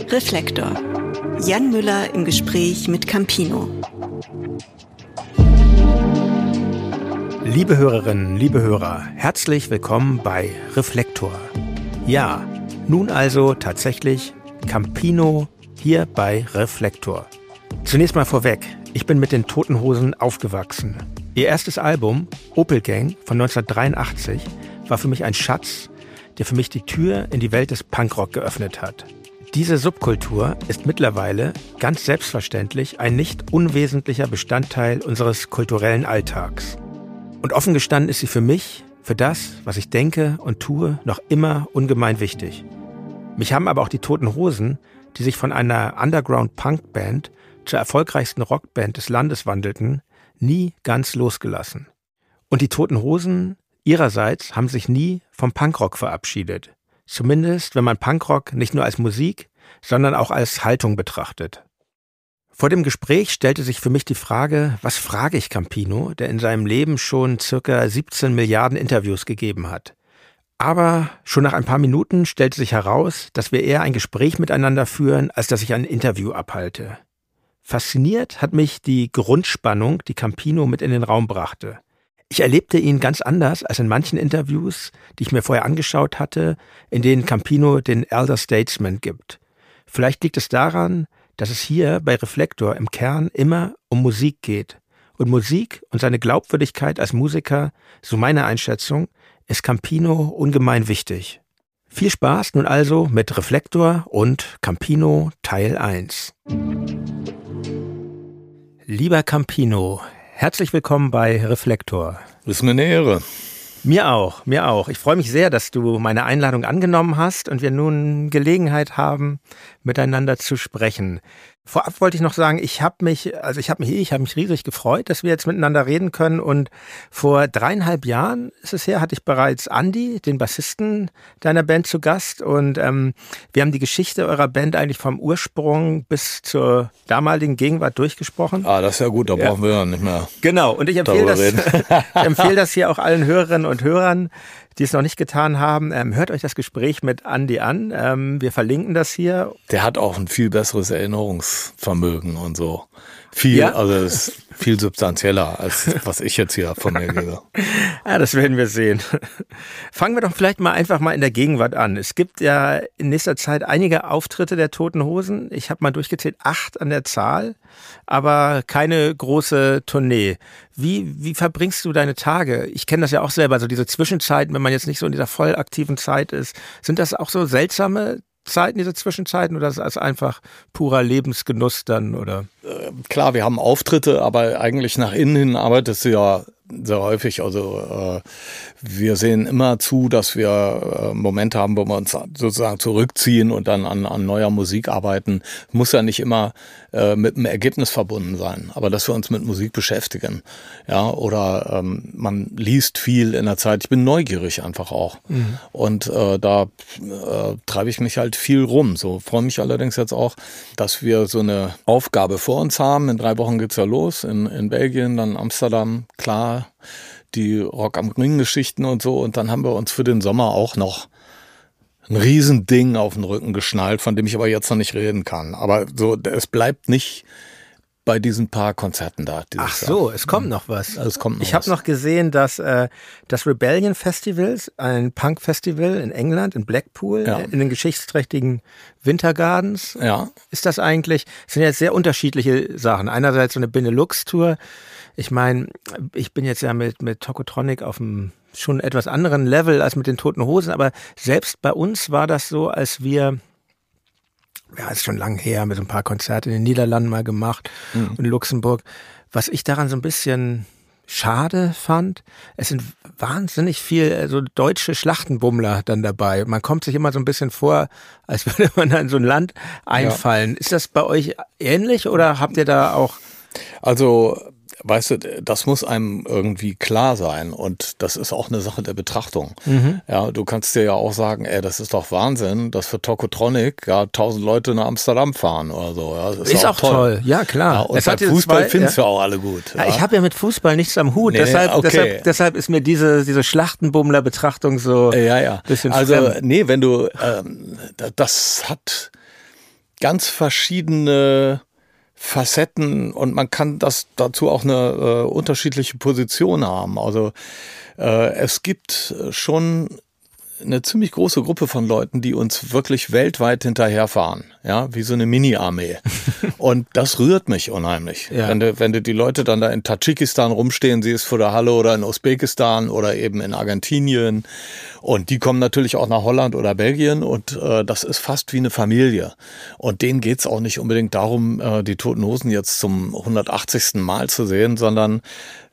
Reflektor. Jan Müller im Gespräch mit Campino. Liebe Hörerinnen, liebe Hörer, herzlich willkommen bei Reflektor. Ja, nun also tatsächlich Campino hier bei Reflektor. Zunächst mal vorweg, ich bin mit den Toten Hosen aufgewachsen. Ihr erstes Album, Opel Gang von 1983, war für mich ein Schatz, der für mich die Tür in die Welt des Punkrock geöffnet hat. Diese Subkultur ist mittlerweile ganz selbstverständlich ein nicht unwesentlicher Bestandteil unseres kulturellen Alltags. Und offen gestanden ist sie für mich, für das, was ich denke und tue, noch immer ungemein wichtig. Mich haben aber auch die Toten Hosen, die sich von einer Underground-Punk-Band zur erfolgreichsten Rockband des Landes wandelten, nie ganz losgelassen. Und die Toten Hosen ihrerseits haben sich nie vom Punkrock verabschiedet. Zumindest, wenn man Punkrock nicht nur als Musik, sondern auch als Haltung betrachtet. Vor dem Gespräch stellte sich für mich die Frage, was frage ich Campino, der in seinem Leben schon ca. 17 Milliarden Interviews gegeben hat. Aber schon nach ein paar Minuten stellte sich heraus, dass wir eher ein Gespräch miteinander führen, als dass ich ein Interview abhalte. Fasziniert hat mich die Grundspannung, die Campino mit in den Raum brachte. Ich erlebte ihn ganz anders als in manchen Interviews, die ich mir vorher angeschaut hatte, in denen Campino den Elder Statesman gibt. Vielleicht liegt es daran, dass es hier bei Reflektor im Kern immer um Musik geht. Und Musik und seine Glaubwürdigkeit als Musiker, so meine Einschätzung, ist Campino ungemein wichtig. Viel Spaß nun also mit Reflektor und Campino Teil 1. Lieber Campino, herzlich willkommen bei Reflektor. Das ist mir eine Ehre. Mir auch, mir auch. Ich freue mich sehr, dass du meine Einladung angenommen hast und wir nun Gelegenheit haben, miteinander zu sprechen. Vorab wollte ich noch sagen, ich habe mich riesig gefreut, dass wir jetzt miteinander reden können. Und vor 3,5 Jahren ist es her, hatte ich bereits Andi, den Bassisten deiner Band, zu Gast. Und wir haben die Geschichte eurer Band eigentlich vom Ursprung bis zur damaligen Gegenwart durchgesprochen. Ah, das ist ja gut, da brauchen wir ja nicht mehr. Genau, und ich empfehle das hier auch allen Hörerinnen und Hörern, die es noch nicht getan haben. Hört euch das Gespräch mit Andi an. Wir verlinken das hier. Der hat auch ein viel besseres Erinnerungsvermögen und so. Also es ist viel substanzieller, als was ich jetzt hier von mir gebe. Ja, das werden wir sehen. Fangen wir doch vielleicht einfach mal in der Gegenwart an. Es gibt ja in nächster Zeit einige Auftritte der Toten Hosen. Ich habe mal durchgezählt, 8 an der Zahl, aber keine große Tournee. Wie verbringst du deine Tage? Ich kenne das ja auch selber, so diese Zwischenzeiten, wenn man jetzt nicht so in dieser voll aktiven Zeit ist. Sind das auch so seltsame Zeiten, diese Zwischenzeiten, oder ist das einfach purer Lebensgenuss dann, oder? Klar, wir haben Auftritte, aber eigentlich nach innen hin arbeitest du ja sehr häufig. Also wir sehen immer zu, dass wir Momente haben, wo wir uns sozusagen zurückziehen und dann an neuer Musik arbeiten. Muss ja nicht immer mit einem Ergebnis verbunden sein, aber dass wir uns mit Musik beschäftigen. Ja, oder man liest viel in der Zeit. Ich bin neugierig einfach auch. Mhm. Und da treibe ich mich halt viel rum. So freue mich allerdings jetzt auch, dass wir so eine Aufgabe vor uns haben. In 3 Wochen geht's ja los in Belgien, dann Amsterdam, klar, die Rock am Ring-Geschichten und so. Und dann haben wir uns für den Sommer auch noch ein Riesending auf den Rücken geschnallt, von dem ich aber jetzt noch nicht reden kann. Aber so, es bleibt nicht bei diesen paar Konzerten da. Ach so, es kommt noch was. Also es kommt noch ich habe noch gesehen, dass das Rebellion Festival, ein Punk-Festival in England, in Blackpool, in den geschichtsträchtigen Winter Gardens. Ja. Ist das eigentlich, das sind jetzt sehr unterschiedliche Sachen. Einerseits so eine Benelux-Tour. Ich meine, ich bin jetzt ja mit Tokotronic auf einem schon etwas anderen Level als mit den Toten Hosen, aber selbst bei uns war das so, als wir, ja, ist schon lang her, mit so ein paar Konzerte in den Niederlanden mal gemacht und in Luxemburg. Was ich daran so ein bisschen schade fand, es sind wahnsinnig viel so deutsche Schlachtenbummler dann dabei. Man kommt sich immer so ein bisschen vor, als würde man da in so ein Land einfallen. Ja. Ist das bei euch ähnlich oder habt ihr da auch... Also weißt du, das muss einem irgendwie klar sein und das ist auch eine Sache der Betrachtung. Mhm. Ja, du kannst dir ja auch sagen, das ist doch Wahnsinn, dass für Tokotronic 1000 Leute nach Amsterdam fahren oder so. Ja, das ist auch toll. Ja, klar. Ja, und bei Fußball findest du auch alle gut. Ja. Ich habe ja mit Fußball nichts am Hut, deshalb ist mir diese Schlachtenbummler-Betrachtung so ein bisschen fremd. Also, wenn du, das hat ganz verschiedene Facetten und man kann dazu auch eine unterschiedliche Position haben. Also es gibt schon eine ziemlich große Gruppe von Leuten, die uns wirklich weltweit hinterherfahren, ja, wie so eine Mini-Armee. Und das rührt mich unheimlich. Ja. Wenn du die Leute dann da in Tadschikistan rumstehen siehst vor der Halle oder in Usbekistan oder eben in Argentinien. Und die kommen natürlich auch nach Holland oder Belgien und das ist fast wie eine Familie. Und denen geht's auch nicht unbedingt darum, die Toten Hosen jetzt zum 180. Mal zu sehen, sondern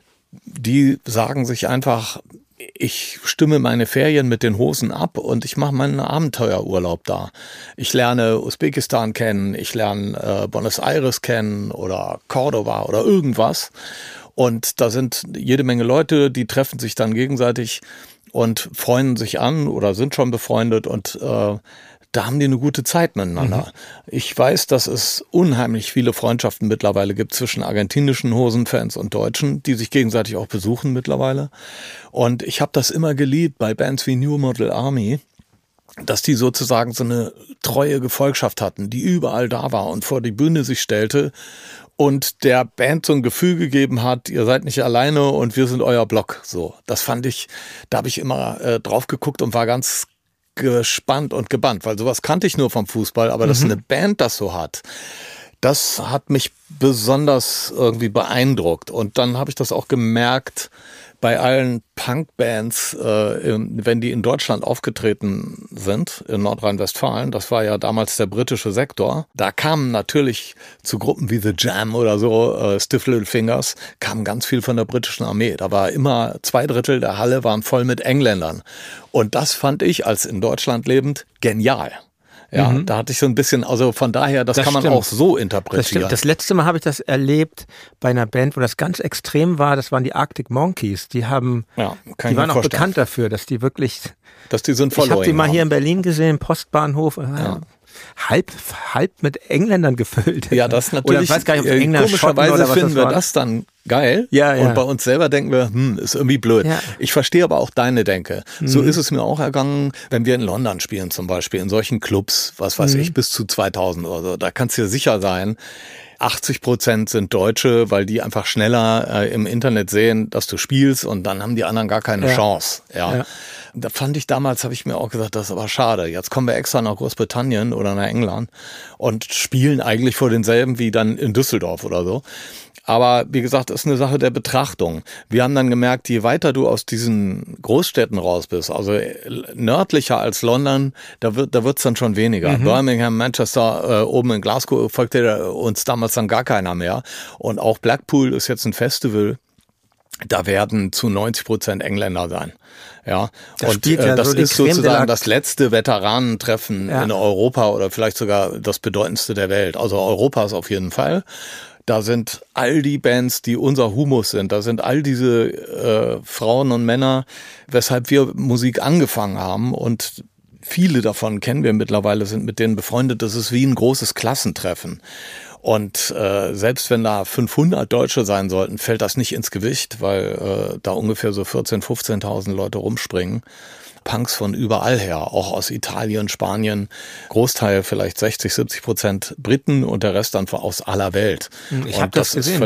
die sagen sich einfach, ich stimme meine Ferien mit den Hosen ab und ich mache meinen Abenteuerurlaub da. Ich lerne Usbekistan kennen, ich lerne Buenos Aires kennen oder Cordoba oder irgendwas. Und da sind jede Menge Leute, die treffen sich dann gegenseitig und freunden sich an oder sind schon befreundet und da haben die eine gute Zeit miteinander. Ich weiß, dass es unheimlich viele Freundschaften mittlerweile gibt zwischen argentinischen Hosenfans und Deutschen, die sich gegenseitig auch besuchen mittlerweile. Und ich habe das immer geliebt bei Bands wie New Model Army, dass die sozusagen so eine treue Gefolgschaft hatten, die überall da war und vor die Bühne sich stellte und der Band so ein Gefühl gegeben hat, ihr seid nicht alleine und wir sind euer Block. So, das fand ich, da habe ich immer drauf geguckt und war ganz gespannt und gebannt, weil sowas kannte ich nur vom Fußball, aber dass eine Band das so hat, das hat mich besonders irgendwie beeindruckt. Und dann habe ich das auch gemerkt bei allen Punkbands, wenn die in Deutschland aufgetreten sind, in Nordrhein-Westfalen, das war ja damals der britische Sektor, da kamen natürlich zu Gruppen wie The Jam oder so, Stiff Little Fingers, kamen ganz viel von der britischen Armee. Da war immer 2/3 der Halle waren voll mit Engländern. Und das fand ich als in Deutschland lebend genial. Ja, da hatte ich so ein bisschen, also von daher, das kann man stimmt. auch so interpretieren. Das stimmt. Das letzte Mal habe ich das erlebt bei einer Band, wo das ganz extrem war, das waren die Arctic Monkeys. Die waren auch bekannt dafür, dass die wirklich, dass die so ein Following haben. Ich habe die mal hier in Berlin gesehen, Postbahnhof, halb mit Engländern gefüllt. Ja, das natürlich. Oder ich weiß gar nicht, ob Engländer komischerweise oder was finden wir war. das dann geil. Ja. Und bei uns selber denken wir, ist irgendwie blöd. Ja. Ich verstehe aber auch deine Denke. So ist es mir auch ergangen, wenn wir in London spielen zum Beispiel, in solchen Clubs, was weiß ich, bis zu 2000 oder so. Da kannst du dir sicher sein, 80% sind Deutsche, weil die einfach schneller im Internet sehen, dass du spielst und dann haben die anderen gar keine Chance. Ja. Da fand ich damals, habe ich mir auch gesagt, das ist aber schade. Jetzt kommen wir extra nach Großbritannien oder nach England und spielen eigentlich vor denselben wie dann in Düsseldorf oder so. Aber wie gesagt, das ist eine Sache der Betrachtung. Wir haben dann gemerkt, je weiter du aus diesen Großstädten raus bist, also nördlicher als London, da wird's dann schon weniger. Birmingham, Manchester, oben in Glasgow folgte uns damals dann gar keiner mehr. Und auch Blackpool ist jetzt ein Festival. Da werden zu 90% Engländer sein. Ja, und das ist sozusagen das letzte Veteranentreffen in Europa oder vielleicht sogar das bedeutendste der Welt. Also Europa ist auf jeden Fall. Da sind all die Bands, die unser Humus sind. Da sind all diese Frauen und Männer, weshalb wir Musik angefangen haben. Und viele davon kennen wir mittlerweile, sind mit denen befreundet. Das ist wie ein großes Klassentreffen. Und selbst wenn da 500 Deutsche sein sollten, fällt das nicht ins Gewicht, weil da ungefähr so 14.000, 15.000 Leute rumspringen. Punks von überall her, auch aus Italien, Spanien, Großteil vielleicht 60-70% Briten und der Rest dann aus aller Welt. Ich habe das gesehen,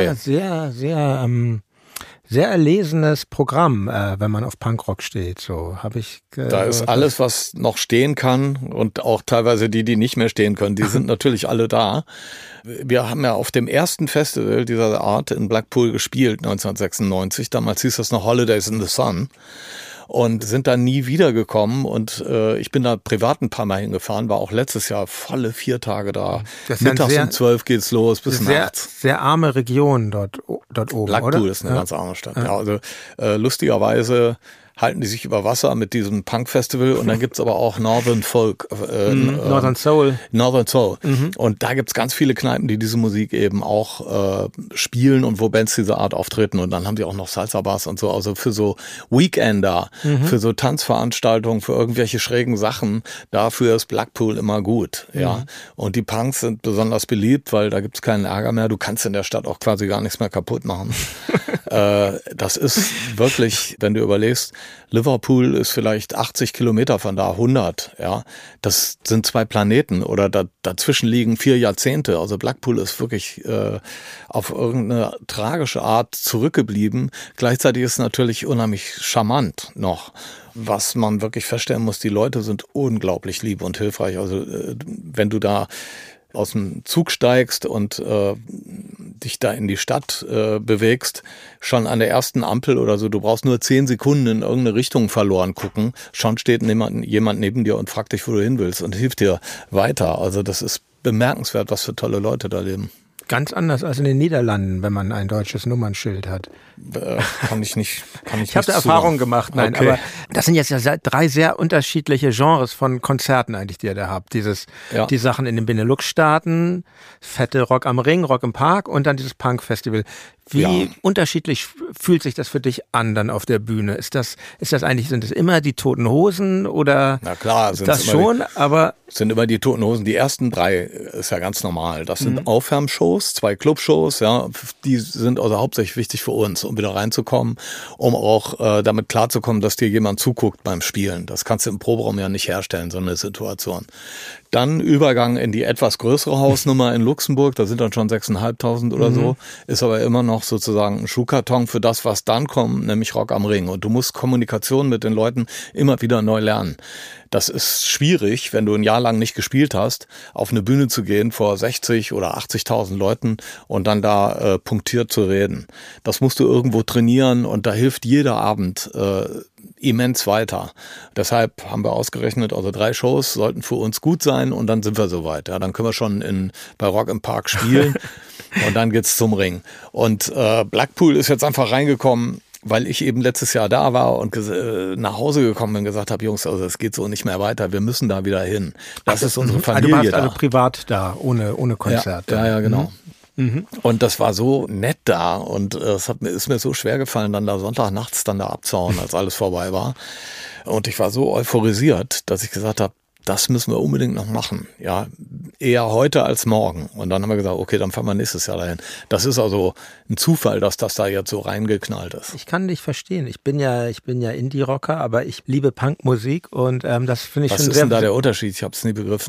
sehr erlesenes Programm, wenn man auf Punkrock steht. So habe ich. Da ist alles, was noch stehen kann und auch teilweise die nicht mehr stehen können, die sind natürlich alle da. Wir haben ja auf dem ersten Festival dieser Art in Blackpool gespielt, 1996. Damals hieß das noch Holidays in the Sun. Und sind dann nie wiedergekommen und ich bin da privat ein paar Mal hingefahren, war auch letztes Jahr volle 4 Tage da. Mittags um 12 geht's los bis nachts. Sehr arme Region dort oben, Blackpool oder? Ist eine ganz arme Stadt. Ja, also lustigerweise halten die sich über Wasser mit diesem Punk-Festival und dann gibt's aber auch Northern Folk. Northern Soul. Northern Soul. Und da gibt's ganz viele Kneipen, die diese Musik eben auch spielen und wo Bands dieser Art auftreten und dann haben die auch noch Salsa-Bars und so. Also für so Weekender, für so Tanzveranstaltungen, für irgendwelche schrägen Sachen, dafür ist Blackpool immer gut. Ja. Und die Punks sind besonders beliebt, weil da gibt's keinen Ärger mehr. Du kannst in der Stadt auch quasi gar nichts mehr kaputt machen. Das ist wirklich, wenn du überlegst, Liverpool ist vielleicht 80 Kilometer von da, 100, ja. Das sind 2 Planeten oder dazwischen liegen 4 Jahrzehnte. Also Blackpool ist wirklich auf irgendeine tragische Art zurückgeblieben. Gleichzeitig ist es natürlich unheimlich charmant noch. Was man wirklich feststellen muss, die Leute sind unglaublich lieb und hilfreich. Also wenn du da aus dem Zug steigst und dich da in die Stadt bewegst, schon an der ersten Ampel oder so, du brauchst nur 10 Sekunden in irgendeine Richtung verloren gucken, schon steht jemand neben dir und fragt dich, wo du hin willst und hilft dir weiter. Also das ist bemerkenswert, was für tolle Leute da leben. Ganz anders als in den Niederlanden, wenn man ein deutsches Nummernschild hat. Kann ich nicht. Ich habe da Erfahrungen gemacht, nein, okay. Aber das sind jetzt ja 3 sehr unterschiedliche Genres von Konzerten eigentlich, die ihr da habt. Die Sachen in den Benelux-Staaten, fette Rock am Ring, Rock im Park und dann dieses Punk-Festival. Wie unterschiedlich fühlt sich das für dich an dann auf der Bühne? Ist das eigentlich, sind es immer die Toten Hosen oder? Na klar, das schon, aber sind immer die Toten Hosen. Die ersten 3 ist ja ganz normal. Das sind Aufwärmshows, 2 Clubshows, ja. Die sind also hauptsächlich wichtig für uns, um wieder reinzukommen, um auch damit klarzukommen, dass dir jemand zuguckt beim Spielen. Das kannst du im Proberaum ja nicht herstellen, so eine Situation. Dann Übergang in die etwas größere Hausnummer in Luxemburg, da sind dann schon 6.500 oder so, ist aber immer noch sozusagen ein Schuhkarton für das, was dann kommt, nämlich Rock am Ring. Und du musst Kommunikation mit den Leuten immer wieder neu lernen. Das ist schwierig, wenn du ein Jahr lang nicht gespielt hast, auf eine Bühne zu gehen vor 60 oder 80.000 Leuten und dann da punktiert zu reden. Das musst du irgendwo trainieren und da hilft jeder Abend immens weiter. Deshalb haben wir ausgerechnet, also 3 Shows sollten für uns gut sein und dann sind wir soweit. Ja, dann können wir schon bei Rock im Park spielen und dann geht's zum Ring. Und Blackpool ist jetzt einfach reingekommen, weil ich eben letztes Jahr da war und nach Hause gekommen bin und gesagt habe, Jungs, also es geht so nicht mehr weiter, wir müssen da wieder hin. Das ist unsere Familie. Du warst also privat da, ohne Konzert. Ja, genau. Und das war so nett da und ist mir so schwer gefallen, dann da Sonntagnachts dann da abzuhauen, als alles vorbei war. Und ich war so euphorisiert, dass ich gesagt habe, das müssen wir unbedingt noch machen. Ja, eher heute als morgen. Und dann haben wir gesagt, okay, dann fahren wir nächstes Jahr dahin. Das ist also ein Zufall, dass das da jetzt so reingeknallt ist. Ich kann dich verstehen. Ich bin ja Indie-Rocker, aber ich liebe Punkmusik und das finde ich schon sehr... Was ist denn da der Unterschied? Ich habe es nie begriffen.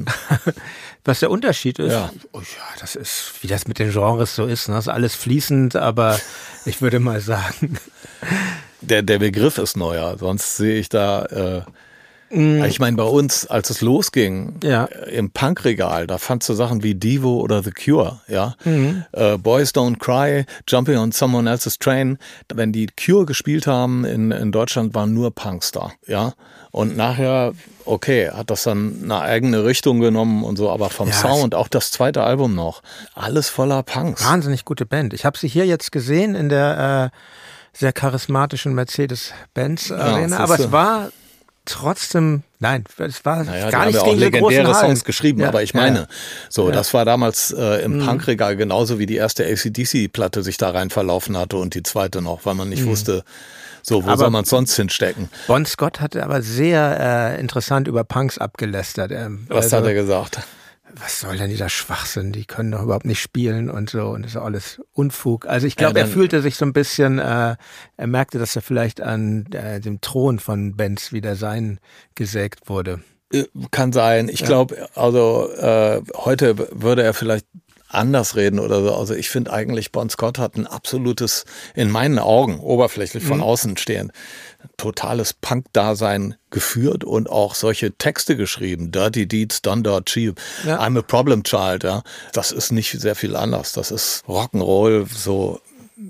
Was der Unterschied ist? Ja. Oh ja, das ist, wie das mit den Genres so ist. Ne? Das ist alles fließend, aber ich würde mal sagen... Der Begriff ist neuer, sonst sehe ich da... Ich meine, bei uns, als es losging, im Punkregal, da fandst du Sachen wie Devo oder The Cure, ja. Boys Don't Cry, Jumping on Someone Else's Train. Wenn die Cure gespielt haben in Deutschland, waren nur Punks da, ja. Und nachher, okay, hat das dann eine eigene Richtung genommen und so, aber vom Sound, auch das zweite Album noch, alles voller Punks. Wahnsinnig gute Band. Ich habe sie hier jetzt gesehen in der sehr charismatischen Mercedes-Benz Arena, aber es war... Trotzdem, nein, es war gar nicht gegen legendäre Songs geschrieben, aber ich meine, das war damals im Punkregal genauso wie die erste AC/DC-Platte sich da rein verlaufen hatte und die zweite noch, weil man nicht wusste, wo soll man es sonst hinstecken. Bon Scott hatte aber sehr interessant über Punks abgelästert. Was hat er gesagt? Was soll denn dieser Schwachsinn? Die können doch überhaupt nicht spielen und so. Und das ist alles Unfug. Also ich glaube, er fühlte sich so ein bisschen, er merkte, dass er vielleicht an dem Thron von Benz wieder sein gesägt wurde. Kann sein. Ich glaube, also heute würde er vielleicht anders reden oder so. Also ich finde eigentlich, Bon Scott hat ein absolutes, in meinen Augen, oberflächlich von außen stehend, totales Punk-Dasein geführt und auch solche Texte geschrieben. Dirty Deeds Done Dirt Cheap. Ja. I'm a Problem Child. Ja, das ist nicht sehr viel anders. Das ist Rock'n'Roll, so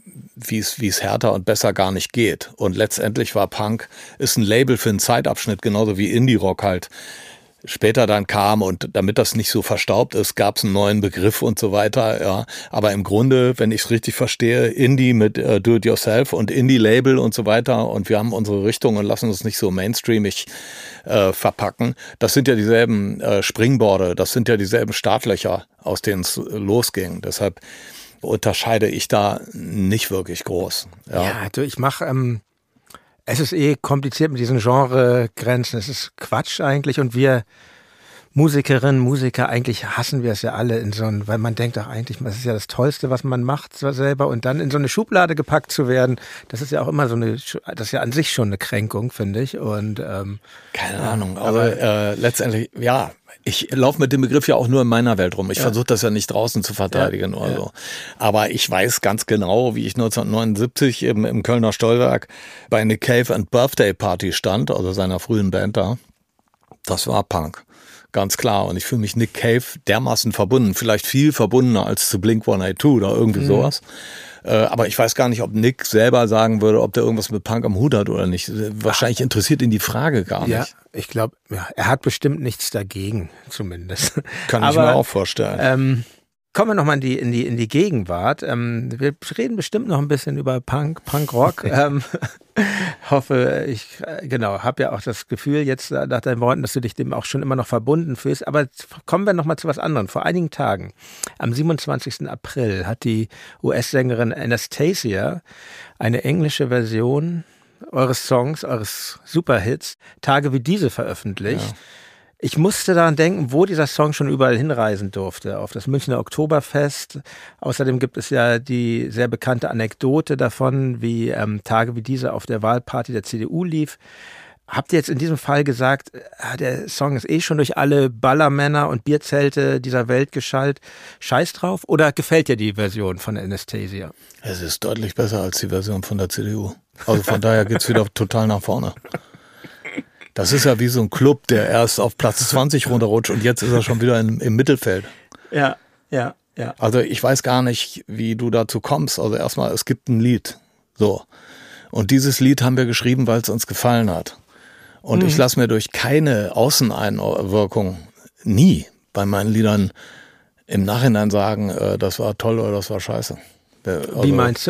wie es härter und besser gar nicht geht. Und letztendlich war Punk, ist ein Label für einen Zeitabschnitt, genauso wie Indie-Rock halt später dann kam, und damit das nicht so verstaubt ist, gab es einen neuen Begriff und so weiter. Ja. Aber im Grunde, wenn ich es richtig verstehe, Indie mit Do-it-yourself und Indie-Label und so weiter, und wir haben unsere Richtung und lassen uns nicht so mainstreamig verpacken. Das sind ja dieselben Springboarde, das sind ja dieselben Startlöcher, aus denen es losging. Deshalb unterscheide ich da nicht wirklich groß. Ja, du, ich mache... Es ist kompliziert mit diesen Genregrenzen. Es ist Quatsch eigentlich, und wir Musikerinnen, Musiker, eigentlich hassen wir es ja alle weil man denkt doch eigentlich, das ist ja das Tollste, was man macht selber und dann in so eine Schublade gepackt zu werden, das ist ja auch immer das ist ja an sich schon eine Kränkung, finde ich. Und keine Ahnung, aber letztendlich, ja, ich laufe mit dem Begriff ja auch nur in meiner Welt rum. Ich versuche das ja nicht draußen zu verteidigen oder so. Aber ich weiß ganz genau, wie ich 1979 im Kölner Stollwerk bei Nick Cave and Birthday Party stand, also seiner frühen Band da. Das war Punk. Ganz klar. Und ich fühle mich Nick Cave dermaßen verbunden. Vielleicht viel verbundener als zu Blink-182 oder irgendwie sowas. Aber ich weiß gar nicht, ob Nick selber sagen würde, ob der irgendwas mit Punk am Hut hat oder nicht. Wahrscheinlich interessiert ihn die Frage gar nicht. Ja, ich glaube, er hat bestimmt nichts dagegen, zumindest. Kann ich mir auch vorstellen. Kommen wir nochmal in die Gegenwart. Wir reden bestimmt noch ein bisschen über Punk-Rock. Hoffe, habe ja auch das Gefühl jetzt nach deinen Worten, dass du dich dem auch schon immer noch verbunden fühlst. Aber kommen wir nochmal zu was anderem. Vor einigen Tagen, am 27. April, hat die US-Sängerin Anastacia eine englische Version eures Songs, eures Superhits, Tage wie diese veröffentlicht. Ja. Ich musste daran denken, wo dieser Song schon überall hinreisen durfte. Auf das Münchner Oktoberfest. Außerdem gibt es ja die sehr bekannte Anekdote davon, wie Tage wie diese auf der Wahlparty der CDU lief. Habt ihr jetzt in diesem Fall gesagt, der Song ist schon durch alle Ballermänner und Bierzelte dieser Welt geschallt? Scheiß drauf? Oder gefällt dir die Version von Anastacia? Es ist deutlich besser als die Version von der CDU. Also von daher geht's wieder total nach vorne. Das ist ja wie so ein Club, der erst auf Platz 20 runterrutscht und jetzt ist er schon wieder im Mittelfeld. Ja. Also ich weiß gar nicht, wie du dazu kommst. Also erstmal, es gibt ein Lied. So. Und dieses Lied haben wir geschrieben, weil es uns gefallen hat. Und ich lasse mir durch keine Außeneinwirkung nie bei meinen Liedern im Nachhinein sagen, das war toll oder das war scheiße. Also, wie meinst du?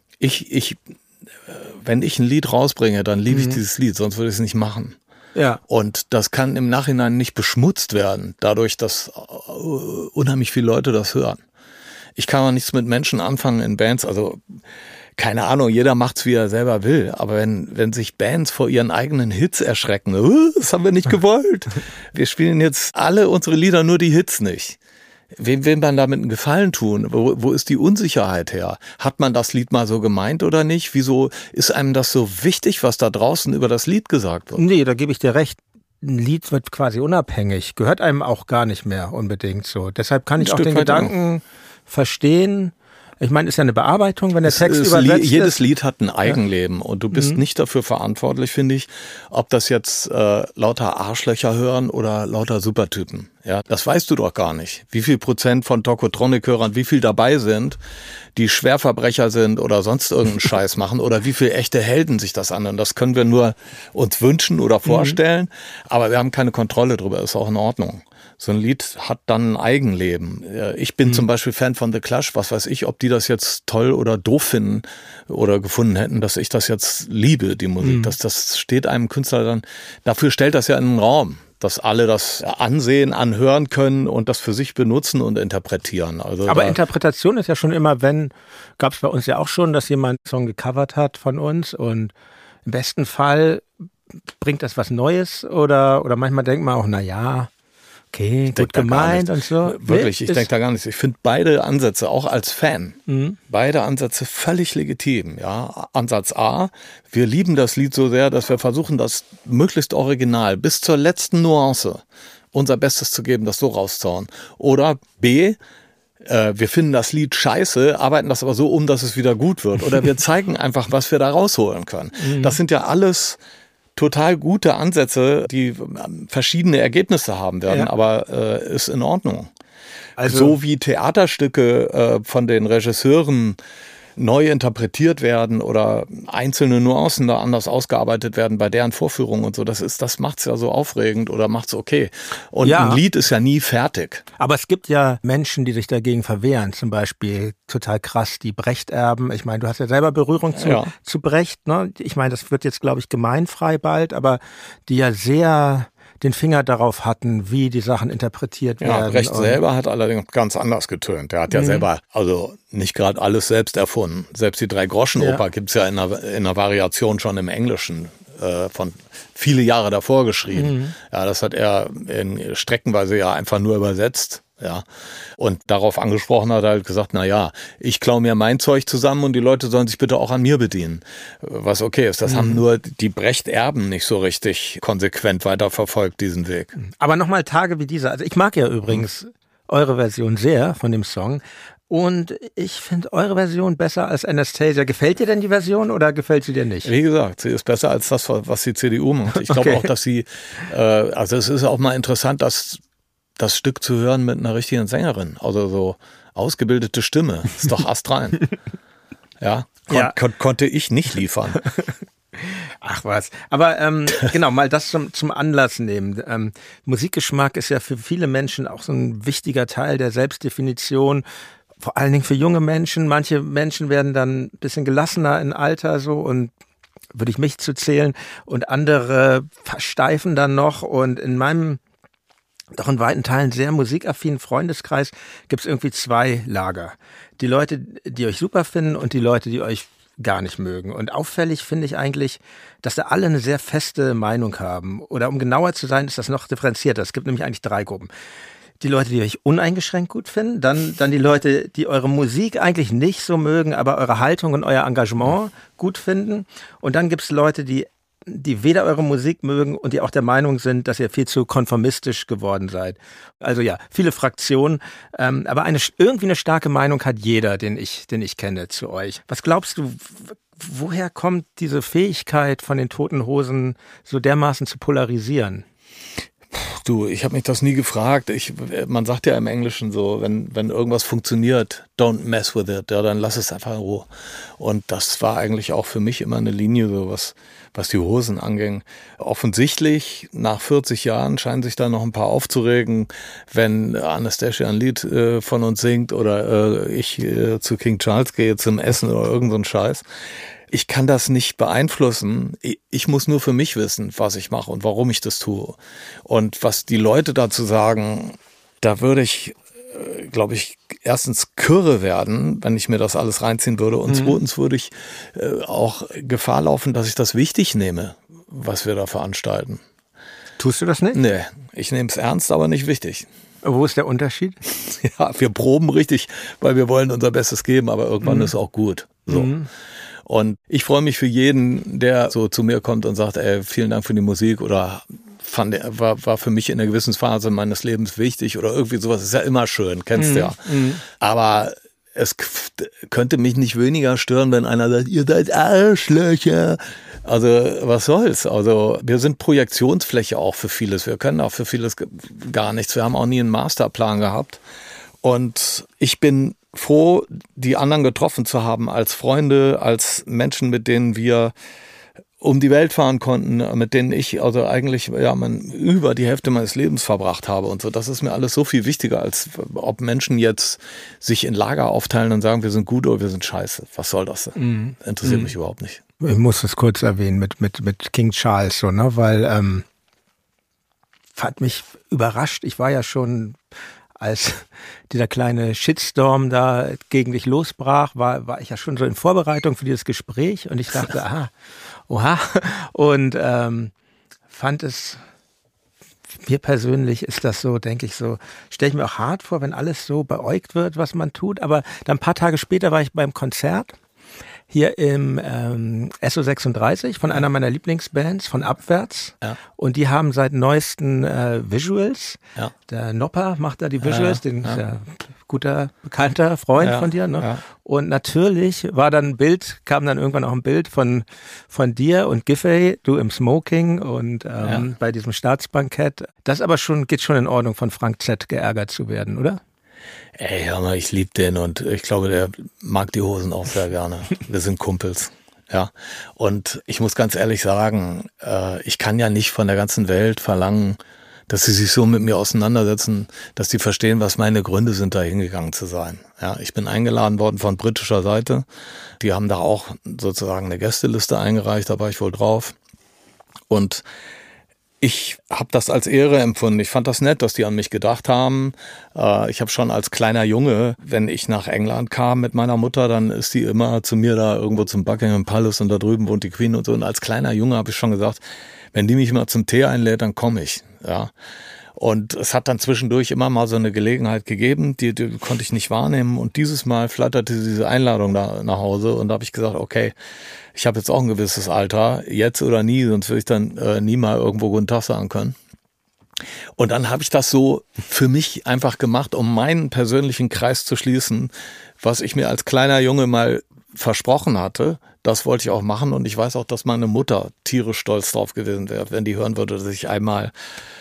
Wenn ich ein Lied rausbringe, dann liebe ich dieses Lied, sonst würde ich es nicht machen. Ja. Und das kann im Nachhinein nicht beschmutzt werden, dadurch, dass unheimlich viele Leute das hören. Ich kann auch nichts mit Menschen anfangen in Bands, also keine Ahnung, jeder macht's, wie er selber will. Aber wenn sich Bands vor ihren eigenen Hits erschrecken, das haben wir nicht gewollt. Wir spielen jetzt alle unsere Lieder, nur die Hits nicht. Wem will man damit einen Gefallen tun? Wo ist die Unsicherheit her? Hat man das Lied mal so gemeint oder nicht? Wieso ist einem das so wichtig, was da draußen über das Lied gesagt wird? Nee, da gebe ich dir recht. Ein Lied wird quasi unabhängig, gehört einem auch gar nicht mehr unbedingt so. Deshalb kann ich auch den Gedanken verstehen. Ich meine, ist ja eine Bearbeitung, wenn der Text übersetzt ist. Jedes Lied hat ein Eigenleben und du bist nicht dafür verantwortlich, finde ich, ob das jetzt lauter Arschlöcher hören oder lauter Supertypen. Ja, das weißt du doch gar nicht. Wie viel Prozent von Tokotronic-Hörern, wie viel dabei sind, die Schwerverbrecher sind oder sonst irgendeinen Scheiß machen oder wie viel echte Helden sich das anhören. Das können wir nur uns wünschen oder vorstellen, aber wir haben keine Kontrolle drüber, ist auch in Ordnung. So ein Lied hat dann ein Eigenleben. Ich bin zum Beispiel Fan von The Clash, was weiß ich, ob die das jetzt toll oder doof finden oder gefunden hätten, dass ich das jetzt liebe, die Musik. Das steht einem Künstler dann, dafür stellt das ja in den Raum, dass alle das ansehen, anhören können und das für sich benutzen und interpretieren. Also aber Interpretation ist ja schon immer, gab es bei uns ja auch schon, dass jemand einen Song gecovert hat von uns und im besten Fall bringt das was Neues oder manchmal denkt man auch, okay, gut gemeint und so. Wirklich, ich denke da gar nicht. Ich finde beide Ansätze, auch als Fan, beide Ansätze völlig legitim. Ja, Ansatz A, wir lieben das Lied so sehr, dass wir versuchen, das möglichst original bis zur letzten Nuance unser Bestes zu geben, das so rauszuhauen. Oder B, wir finden das Lied scheiße, arbeiten das aber so um, dass es wieder gut wird. Oder wir zeigen einfach, was wir da rausholen können. Das sind ja alles total gute Ansätze, die verschiedene Ergebnisse haben werden, aber ist in Ordnung. Also so wie Theaterstücke von den Regisseuren neu interpretiert werden oder einzelne Nuancen da anders ausgearbeitet werden bei deren Vorführungen und so, das macht's ja so aufregend oder macht's okay. Und ein Lied ist ja nie fertig. Aber es gibt ja Menschen, die sich dagegen verwehren, zum Beispiel total krass die Brecht-Erben. Ich meine, du hast ja selber Berührung zu Brecht, ne? Ich meine, das wird jetzt, glaube ich, gemeinfrei bald, aber die ja sehr den Finger darauf hatten, wie die Sachen interpretiert werden. Ja, Brecht selber hat allerdings ganz anders getönt. Er hat ja selber, also nicht gerade alles selbst erfunden. Selbst die Drei-Groschen-Oper gibt's ja in einer Variation schon im Englischen von viele Jahre davor geschrieben. Ja, das hat er streckenweise ja einfach nur übersetzt. Ja, und darauf angesprochen hat er halt gesagt, na ja, ich klaue mir mein Zeug zusammen und die Leute sollen sich bitte auch an mir bedienen. Was okay ist, das haben nur die Brecht-Erben nicht so richtig konsequent weiterverfolgt, diesen Weg. Aber nochmal Tage wie dieser. Also ich mag ja übrigens eure Version sehr von dem Song. Und ich finde eure Version besser als Anastasia. Gefällt dir denn die Version oder gefällt sie dir nicht? Wie gesagt, sie ist besser als das, was die CDU macht. Ich glaube auch, dass sie, also es ist auch mal interessant, das Stück zu hören mit einer richtigen Sängerin. Also so ausgebildete Stimme. Ist doch astrein. Ja, konnte ich nicht liefern. Ach was. Aber genau, mal das zum Anlass nehmen. Musikgeschmack ist ja für viele Menschen auch so ein wichtiger Teil der Selbstdefinition. Vor allen Dingen für junge Menschen. Manche Menschen werden dann ein bisschen gelassener im Alter so und würde ich mich zu zählen. Und andere versteifen dann noch. Und in meinem doch in weiten Teilen sehr musikaffinen Freundeskreis gibt es irgendwie zwei Lager. Die Leute, die euch super finden und die Leute, die euch gar nicht mögen. Und auffällig finde ich eigentlich, dass da alle eine sehr feste Meinung haben. Oder um genauer zu sein, ist das noch differenzierter. Es gibt nämlich eigentlich drei Gruppen. Die Leute, die euch uneingeschränkt gut finden, dann die Leute, die eure Musik eigentlich nicht so mögen, aber eure Haltung und euer Engagement gut finden. Und dann gibt es Leute, die weder eure Musik mögen und die auch der Meinung sind, dass ihr viel zu konformistisch geworden seid. Also ja, viele Fraktionen, aber irgendwie eine starke Meinung hat jeder, den ich kenne zu euch. Was glaubst du, woher kommt diese Fähigkeit von den Toten Hosen so dermaßen zu polarisieren? Du, ich habe mich das nie gefragt. Man sagt ja im Englischen so, wenn irgendwas funktioniert, don't mess with it, ja, dann lass es einfach in Ruhe. Und das war eigentlich auch für mich immer eine Linie, so was die Hosen anging. Offensichtlich, nach 40 Jahren scheinen sich da noch ein paar aufzuregen, wenn Anastasia ein Lied von uns singt oder ich zu King Charles gehe zum Essen oder irgend so ein Scheiß. Ich kann das nicht beeinflussen. Ich muss nur für mich wissen, was ich mache und warum ich das tue. Und was die Leute dazu sagen, da würde ich, glaube ich, erstens kirre werden, wenn ich mir das alles reinziehen würde. Und zweitens würde ich auch Gefahr laufen, dass ich das wichtig nehme, was wir da veranstalten. Tust du das nicht? Nee, ich nehme es ernst, aber nicht wichtig. Wo ist der Unterschied? Ja, wir proben richtig, weil wir wollen unser Bestes geben, aber irgendwann ist auch gut. So. Und ich freue mich für jeden, der so zu mir kommt und sagt, ey, vielen Dank für die Musik oder war für mich in einer gewissen Phase meines Lebens wichtig oder irgendwie sowas. Ist ja immer schön, kennst du ja. Aber es könnte mich nicht weniger stören, wenn einer sagt, ihr seid Arschlöcher. Also was soll's? Also wir sind Projektionsfläche auch für vieles. Wir können auch für vieles gar nichts. Wir haben auch nie einen Masterplan gehabt. Und ich bin froh, die anderen getroffen zu haben als Freunde, als Menschen, mit denen wir um die Welt fahren konnten, mit denen ich also eigentlich über die Hälfte meines Lebens verbracht habe und so. Das ist mir alles so viel wichtiger, als ob Menschen jetzt sich in Lager aufteilen und sagen, wir sind gut oder wir sind scheiße. Was soll das? Interessiert mich überhaupt nicht. Ich muss das kurz erwähnen mit King Charles, so, ne? Weil hat mich überrascht. Ich war ja schon, als dieser kleine Shitstorm da gegen dich losbrach, war ich ja schon so in Vorbereitung für dieses Gespräch und ich dachte, oha, und fand es, mir persönlich ist das so, denke ich so, stelle ich mir auch hart vor, wenn alles so beäugt wird, was man tut, aber dann ein paar Tage später war ich beim Konzert hier im SO36 von einer meiner Lieblingsbands, von Abwärts. Ja. Und die haben seit neuesten Visuals. Ja. Der Nopper macht da die Visuals, ist ja guter, bekannter Freund von dir. Ne? Ja. Und natürlich kam dann irgendwann auch ein Bild von dir und Giffey, du im Smoking und bei diesem Staatsbankett. Das aber geht schon in Ordnung, von Frank Z. geärgert zu werden, oder? Ey, hör mal, ich liebe den und ich glaube, der mag die Hosen auch sehr gerne. Wir sind Kumpels, ja. Und ich muss ganz ehrlich sagen, ich kann ja nicht von der ganzen Welt verlangen, dass sie sich so mit mir auseinandersetzen, dass die verstehen, was meine Gründe sind, da hingegangen zu sein. Ja, ich bin eingeladen worden von britischer Seite. Die haben da auch sozusagen eine Gästeliste eingereicht, da war ich wohl drauf. Und Ich habe das als Ehre empfunden. Ich fand das nett, dass die an mich gedacht haben. Ich habe schon als kleiner Junge, wenn ich nach England kam mit meiner Mutter, dann ist die immer zu mir da irgendwo zum Buckingham Palace und da drüben wohnt die Queen und so. Und als kleiner Junge habe ich schon gesagt, wenn die mich mal zum Tee einlädt, dann komme ich. Ja. Und es hat dann zwischendurch immer mal so eine Gelegenheit gegeben, die konnte ich nicht wahrnehmen. Und dieses Mal flatterte diese Einladung da nach Hause und da habe ich gesagt, okay, ich habe jetzt auch ein gewisses Alter, jetzt oder nie, sonst würde ich dann nie mal irgendwo guten Tag sagen können. Und dann habe ich das so für mich einfach gemacht, um meinen persönlichen Kreis zu schließen, was ich mir als kleiner Junge mal versprochen hatte. Das wollte ich auch machen und ich weiß auch, dass meine Mutter tierisch stolz drauf gewesen wäre, wenn die hören würde, dass ich einmal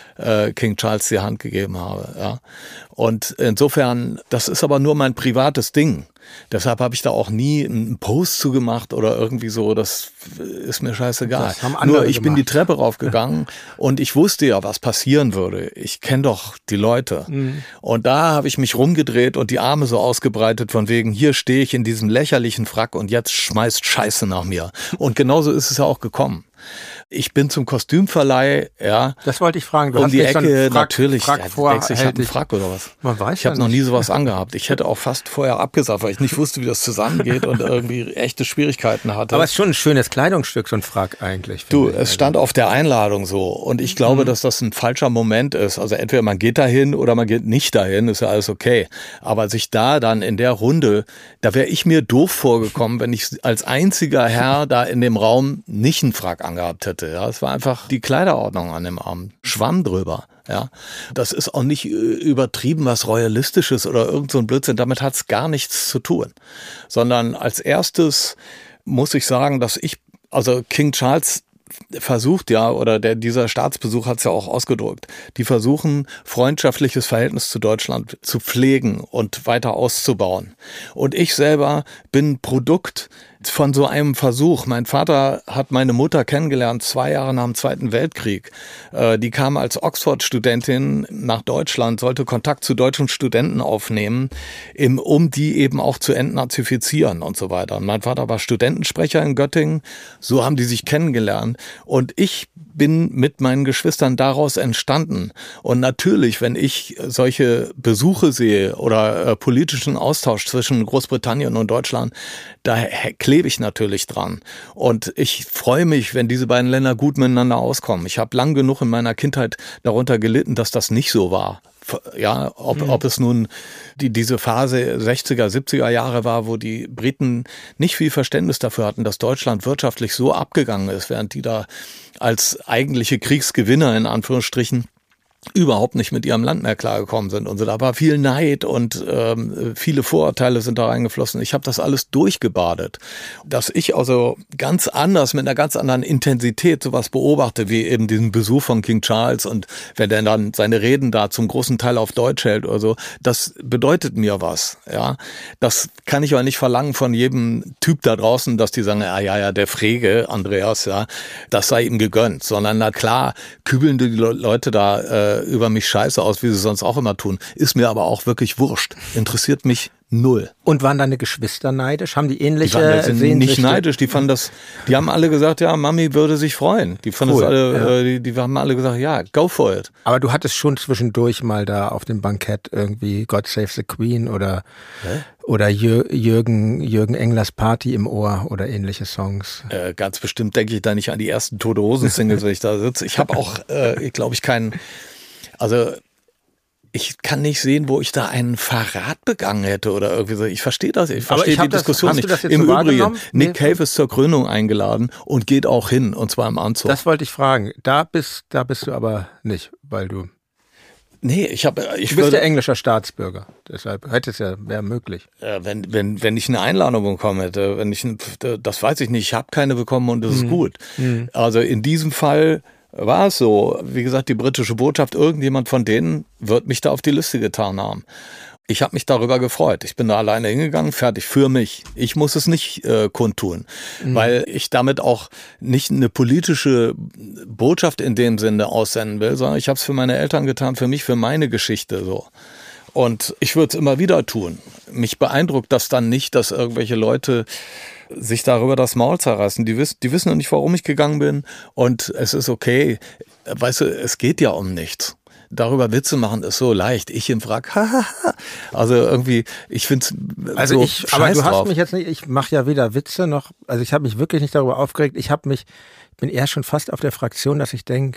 King Charles die Hand gegeben habe. Ja. Und insofern, das ist aber nur mein privates Ding. Deshalb habe ich da auch nie einen Post zu gemacht oder irgendwie so, das ist mir scheißegal. Nur ich bin die Treppe raufgegangen und ich wusste ja, was passieren würde. Ich kenne doch die Leute. Mhm. Und da habe ich mich rumgedreht und die Arme so ausgebreitet von wegen, hier stehe ich in diesem lächerlichen Frack und jetzt schmeißt Scheiße nach mir. Und genauso ist es ja auch gekommen. Ich bin zum Kostümverleih, ja. Das wollte ich fragen. Du um hast die Ecke, natürlich. Frack ich hatte einen Frack oder was. Man weiß ich habe noch nie sowas angehabt. Ich hätte auch fast vorher abgesagt, weil ich nicht wusste, wie das zusammengeht und irgendwie echte Schwierigkeiten hatte. Aber es ist schon ein schönes Kleidungsstück, so ein Frack eigentlich. Du, es stand auf der Einladung so. Und ich glaube, dass das ein falscher Moment ist. Also entweder man geht dahin oder man geht nicht dahin, ist ja alles okay. Aber sich da dann in der Runde, da wäre ich mir doof vorgekommen, wenn ich als einziger Herr da in dem Raum nicht einen Frack angehabt hätte. Ja, es war einfach die Kleiderordnung an dem Abend. Schwamm drüber. Ja, das ist auch nicht übertrieben was Royalistisches oder irgend so ein Blödsinn. Damit hat es gar nichts zu tun. Sondern als erstes muss ich sagen, dass also King Charles versucht ja, oder dieser Staatsbesuch hat es ja auch ausgedrückt, die versuchen, freundschaftliches Verhältnis zu Deutschland zu pflegen und weiter auszubauen. Und ich selber bin Produkt von so einem Versuch. Mein Vater hat meine Mutter kennengelernt 2 Jahre nach dem Zweiten Weltkrieg. Die kam als Oxford-Studentin nach Deutschland, sollte Kontakt zu deutschen Studenten aufnehmen, um die eben auch zu entnazifizieren und so weiter. Und mein Vater war Studentensprecher in Göttingen. So haben die sich kennengelernt. Und ich bin mit meinen Geschwistern daraus entstanden. Und natürlich, wenn ich solche Besuche sehe oder politischen Austausch zwischen Großbritannien und Deutschland, da klebe ich natürlich dran. Und ich freue mich, wenn diese beiden Länder gut miteinander auskommen. Ich habe lang genug in meiner Kindheit darunter gelitten, dass das nicht so war. Ja, ob es nun diese Phase 60er, 70er Jahre war, wo die Briten nicht viel Verständnis dafür hatten, dass Deutschland wirtschaftlich so abgegangen ist, während die da als eigentliche Kriegsgewinner in Anführungsstrichen überhaupt nicht mit ihrem Land mehr klargekommen sind und so. Da war viel Neid und viele Vorurteile sind da reingeflossen. Ich habe das alles durchgebadet. Dass ich also ganz anders, mit einer ganz anderen Intensität sowas beobachte, wie eben diesen Besuch von King Charles und wenn der dann seine Reden da zum großen Teil auf Deutsch hält oder so, das bedeutet mir was. Ja, das kann ich aber nicht verlangen von jedem Typ da draußen, dass die sagen, ja, der Frege, Andreas, ja, das sei ihm gegönnt. Sondern na klar, kübeln die Leute da über mich scheiße aus, wie sie sonst auch immer tun. Ist mir aber auch wirklich wurscht. Interessiert mich null. Und waren deine Geschwister neidisch? Haben die ähnliche Sehnsüchte? Nicht neidisch. Die fanden das, die haben alle gesagt, ja, Mami würde sich freuen. Die fanden das alle, ja. Die haben alle gesagt, ja, go for it. Aber du hattest schon zwischendurch mal da auf dem Bankett irgendwie God Save the Queen oder Jürgen Englers Party im Ohr oder ähnliche Songs. Ganz bestimmt denke ich da nicht an die ersten Tote Hosen-Singles, wenn ich da sitze. Ich habe auch, glaube ich, ich kann nicht sehen, wo ich da einen Verrat begangen hätte oder irgendwie so. Ich verstehe das. Ich verstehe die Diskussion nicht. Im Übrigen, Nick Cave ist zur Krönung eingeladen und geht auch hin, und zwar im Anzug. Das wollte ich fragen. Da bist du aber nicht, weil du... Nee, du bist der englischer Staatsbürger, deshalb hätte es ja, wäre möglich. Wenn ich eine Einladung bekommen hätte, das weiß ich nicht, ich habe keine bekommen und das ist gut. Also in diesem Fall war es so, wie gesagt, die britische Botschaft, irgendjemand von denen wird mich da auf die Liste getan haben. Ich habe mich darüber gefreut. Ich bin da alleine hingegangen, fertig, für mich. Ich muss es nicht kundtun, weil ich damit auch nicht eine politische Botschaft in dem Sinne aussenden will, sondern ich habe es für meine Eltern getan, für mich, für meine Geschichte so. Und ich würde es immer wieder tun. Mich beeindruckt das dann nicht, dass irgendwelche Leute sich darüber das Maul zerreißen. Die wissen noch nicht, warum ich gegangen bin und es ist okay. Weißt du, es geht ja um nichts. Darüber Witze machen ist so leicht. Ich im Wrack, also irgendwie, ich finde es also aber du hast mich jetzt nicht, ich mache ja weder Witze noch, also ich habe mich wirklich nicht darüber aufgeregt. Ich bin eher schon fast auf der Fraktion, dass ich denke,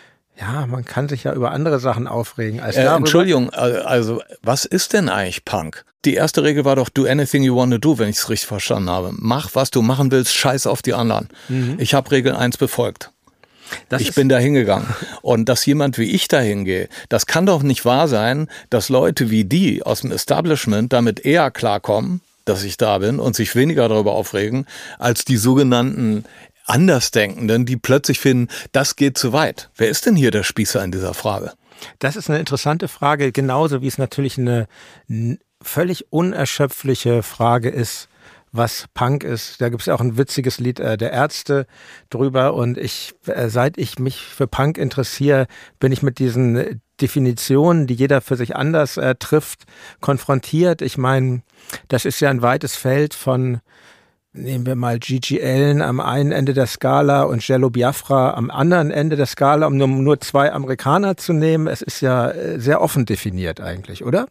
ja, man kann sich ja über andere Sachen aufregen als darüber. Entschuldigung, also was ist denn eigentlich Punk? Die erste Regel war doch, do anything you want to do, wenn ich es richtig verstanden habe. Mach, was du machen willst, scheiß auf die anderen. Ich habe Regel 1 befolgt. Ich bin da hingegangen. Und dass jemand wie ich da hingehe, das kann doch nicht wahr sein, dass Leute wie die aus dem Establishment damit eher klarkommen, dass ich da bin und sich weniger darüber aufregen, als die sogenannten Andersdenkenden, die plötzlich finden, das geht zu weit. Wer ist denn hier der Spießer in dieser Frage? Das ist eine interessante Frage, genauso wie es natürlich eine völlig unerschöpfliche Frage ist, was Punk ist. Da gibt es ja auch ein witziges Lied der Ärzte drüber und seit ich mich für Punk interessiere, bin ich mit diesen Definitionen, die jeder für sich anders trifft, konfrontiert. Ich meine, das ist ja ein weites Feld von, nehmen wir mal Gigi Allen am einen Ende der Skala und Jello Biafra am anderen Ende der Skala, um nur 2 Amerikaner zu nehmen. Es ist ja sehr offen definiert eigentlich, oder?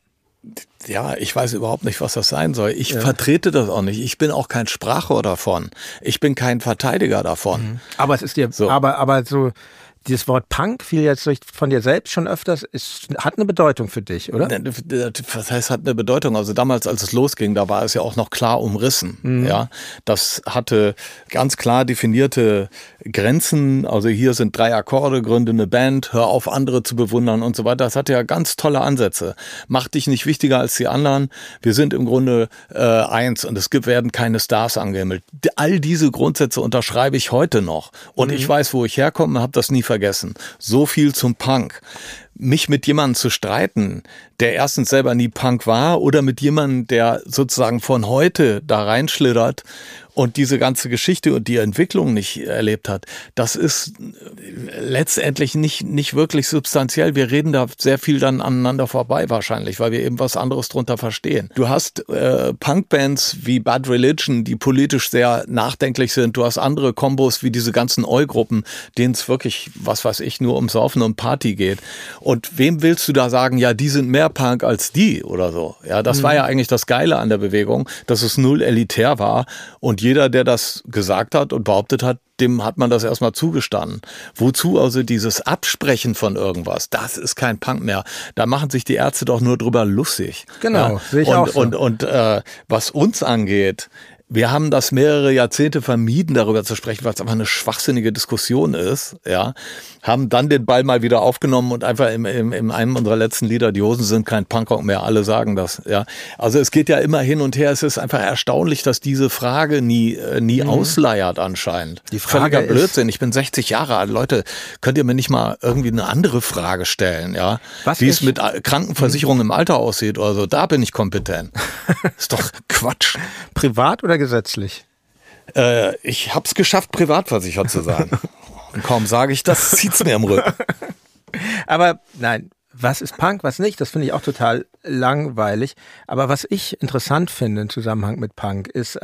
Ja, ich weiß überhaupt nicht, was das sein soll. Ich vertrete das auch nicht. Ich bin auch kein Sprachrohr davon. Ich bin kein Verteidiger davon. Aber es ist dir, so. Aber so, dieses Wort Punk fiel jetzt von dir selbst schon öfters, hat eine Bedeutung für dich, oder? Was heißt, hat eine Bedeutung? Also damals, als es losging, da war es ja auch noch klar umrissen. Ja, das hatte ganz klar definierte Grenzen. Also hier sind 3 Akkorde, gründe eine Band, hör auf, andere zu bewundern und so weiter. Das hatte ja ganz tolle Ansätze. Mach dich nicht wichtiger als die anderen. Wir sind im Grunde eins und werden keine Stars angehimmelt. All diese Grundsätze unterschreibe ich heute noch. Und ich weiß, wo ich herkomme, habe das nie vergessen. So viel zum Punk. Mich mit jemandem zu streiten, der erstens selber nie Punk war oder mit jemandem, der sozusagen von heute da reinschlittert und diese ganze Geschichte und die Entwicklung nicht erlebt hat, das ist letztendlich nicht wirklich substanziell. Wir reden da sehr viel dann aneinander vorbei wahrscheinlich, weil wir eben was anderes drunter verstehen. Du hast Punkbands wie Bad Religion, die politisch sehr nachdenklich sind. Du hast andere Kombos wie diese ganzen Oi-Gruppen, denen es wirklich, was weiß ich, nur um Saufen und Party geht. Und wem willst du da sagen, ja, die sind mehr Punk als die oder so? Ja, das war ja eigentlich das Geile an der Bewegung, dass es null elitär war und jeder, der das gesagt hat und behauptet hat, dem hat man das erstmal zugestanden. Wozu also dieses Absprechen von irgendwas? Das ist kein Punk mehr. Da machen sich die Ärzte doch nur drüber lustig. Genau, ja? Sehe ich auch so. Und was uns angeht, wir haben das mehrere Jahrzehnte vermieden, darüber zu sprechen, weil es einfach eine schwachsinnige Diskussion ist, ja. Haben dann den Ball mal wieder aufgenommen und einfach in einem unserer letzten Lieder, die Hosen sind kein Punkrock mehr, alle sagen das, ja. Also es geht ja immer hin und her. Es ist einfach erstaunlich, dass diese Frage nie ausleiert anscheinend. Die Frage völliger Blödsinn. Ich bin 60 Jahre alt. Leute, könnt ihr mir nicht mal irgendwie eine andere Frage stellen, ja? Wie es mit Krankenversicherung im Alter aussieht oder so. Da bin ich kompetent. Ist doch Quatsch. Privat oder gesetzlich? Ich habe es geschafft, privatversichert zu sein. Und kaum sage ich das, zieht's mir im Rücken. Aber nein, was ist Punk, was nicht, das finde ich auch total langweilig. Aber was ich interessant finde im Zusammenhang mit Punk ist,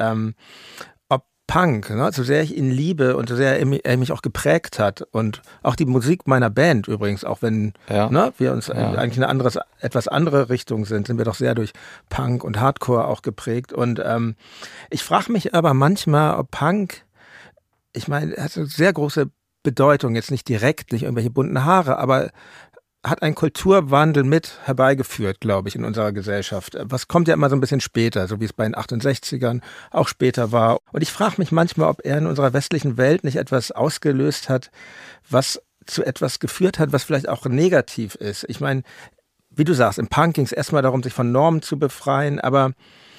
ob Punk, ne, so sehr ich ihn liebe und so sehr er mich auch geprägt hat und auch die Musik meiner Band übrigens, auch wenn wir uns eigentlich eine etwas andere Richtung sind wir doch sehr durch Punk und Hardcore auch geprägt. Und ich frage mich aber manchmal, ob Punk, ich meine, er hat eine sehr große Bedeutung, jetzt nicht direkt, nicht irgendwelche bunten Haare, aber hat einen Kulturwandel mit herbeigeführt, glaube ich, in unserer Gesellschaft. Was kommt ja immer so ein bisschen später, so wie es bei den 68ern auch später war. Und ich frage mich manchmal, ob er in unserer westlichen Welt nicht etwas ausgelöst hat, was zu etwas geführt hat, was vielleicht auch negativ ist. Ich meine, wie du sagst, im Punk ging es erstmal darum, sich von Normen zu befreien, aber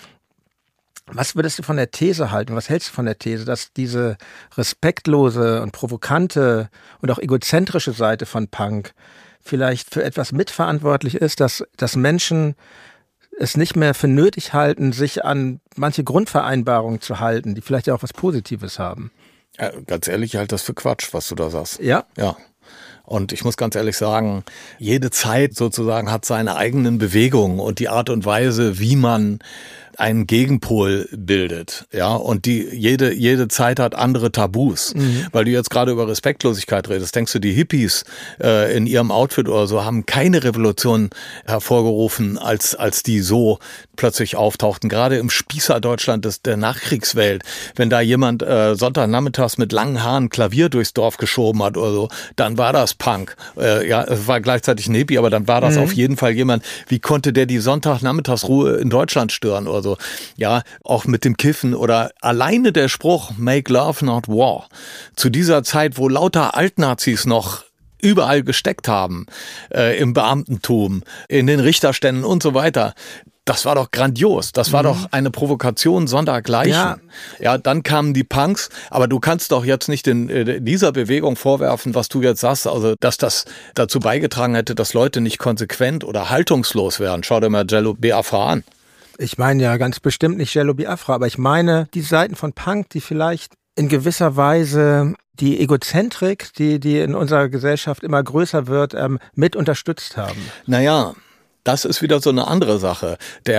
was würdest du von der These halten? Was hältst du von der These, dass diese respektlose und provokante und auch egozentrische Seite von Punk vielleicht für etwas mitverantwortlich ist, dass Menschen es nicht mehr für nötig halten, sich an manche Grundvereinbarungen zu halten, die vielleicht ja auch was Positives haben? Ja, ganz ehrlich, ich halte das für Quatsch, was du da sagst. Ja? Ja. Und ich muss ganz ehrlich sagen, jede Zeit sozusagen hat seine eigenen Bewegungen und die Art und Weise, wie man einen Gegenpol bildet, ja, und jede Zeit hat andere Tabus, weil du jetzt gerade über Respektlosigkeit redest, denkst du, die Hippies in ihrem Outfit oder so haben keine Revolution hervorgerufen, als die so plötzlich auftauchten, gerade im Spießer-Deutschland der Nachkriegswelt, wenn da jemand Sonntagnachmittags mit langen Haaren Klavier durchs Dorf geschoben hat oder so, dann war das Punk. Ja, es war gleichzeitig ein Hippie, aber dann war das auf jeden Fall jemand, wie konnte der die Sonntagnachmittagsruhe in Deutschland stören oder so. Ja, auch mit dem Kiffen oder alleine der Spruch Make Love Not War. Zu dieser Zeit, wo lauter Altnazis noch überall gesteckt haben, im Beamtentum, in den Richterständen und so weiter. Das war doch grandios. Das war doch eine Provokation sondergleichen. Ja, dann kamen die Punks. Aber du kannst doch jetzt nicht dieser Bewegung vorwerfen, was du jetzt sagst, also dass das dazu beigetragen hätte, dass Leute nicht konsequent oder haltungslos werden. Schau dir mal Jello Biafra an. Ich meine ja ganz bestimmt nicht Jello Biafra, aber ich meine die Seiten von Punk, die vielleicht in gewisser Weise die Egozentrik, die in unserer Gesellschaft immer größer wird, mit unterstützt haben. Naja, das ist wieder so eine andere Sache.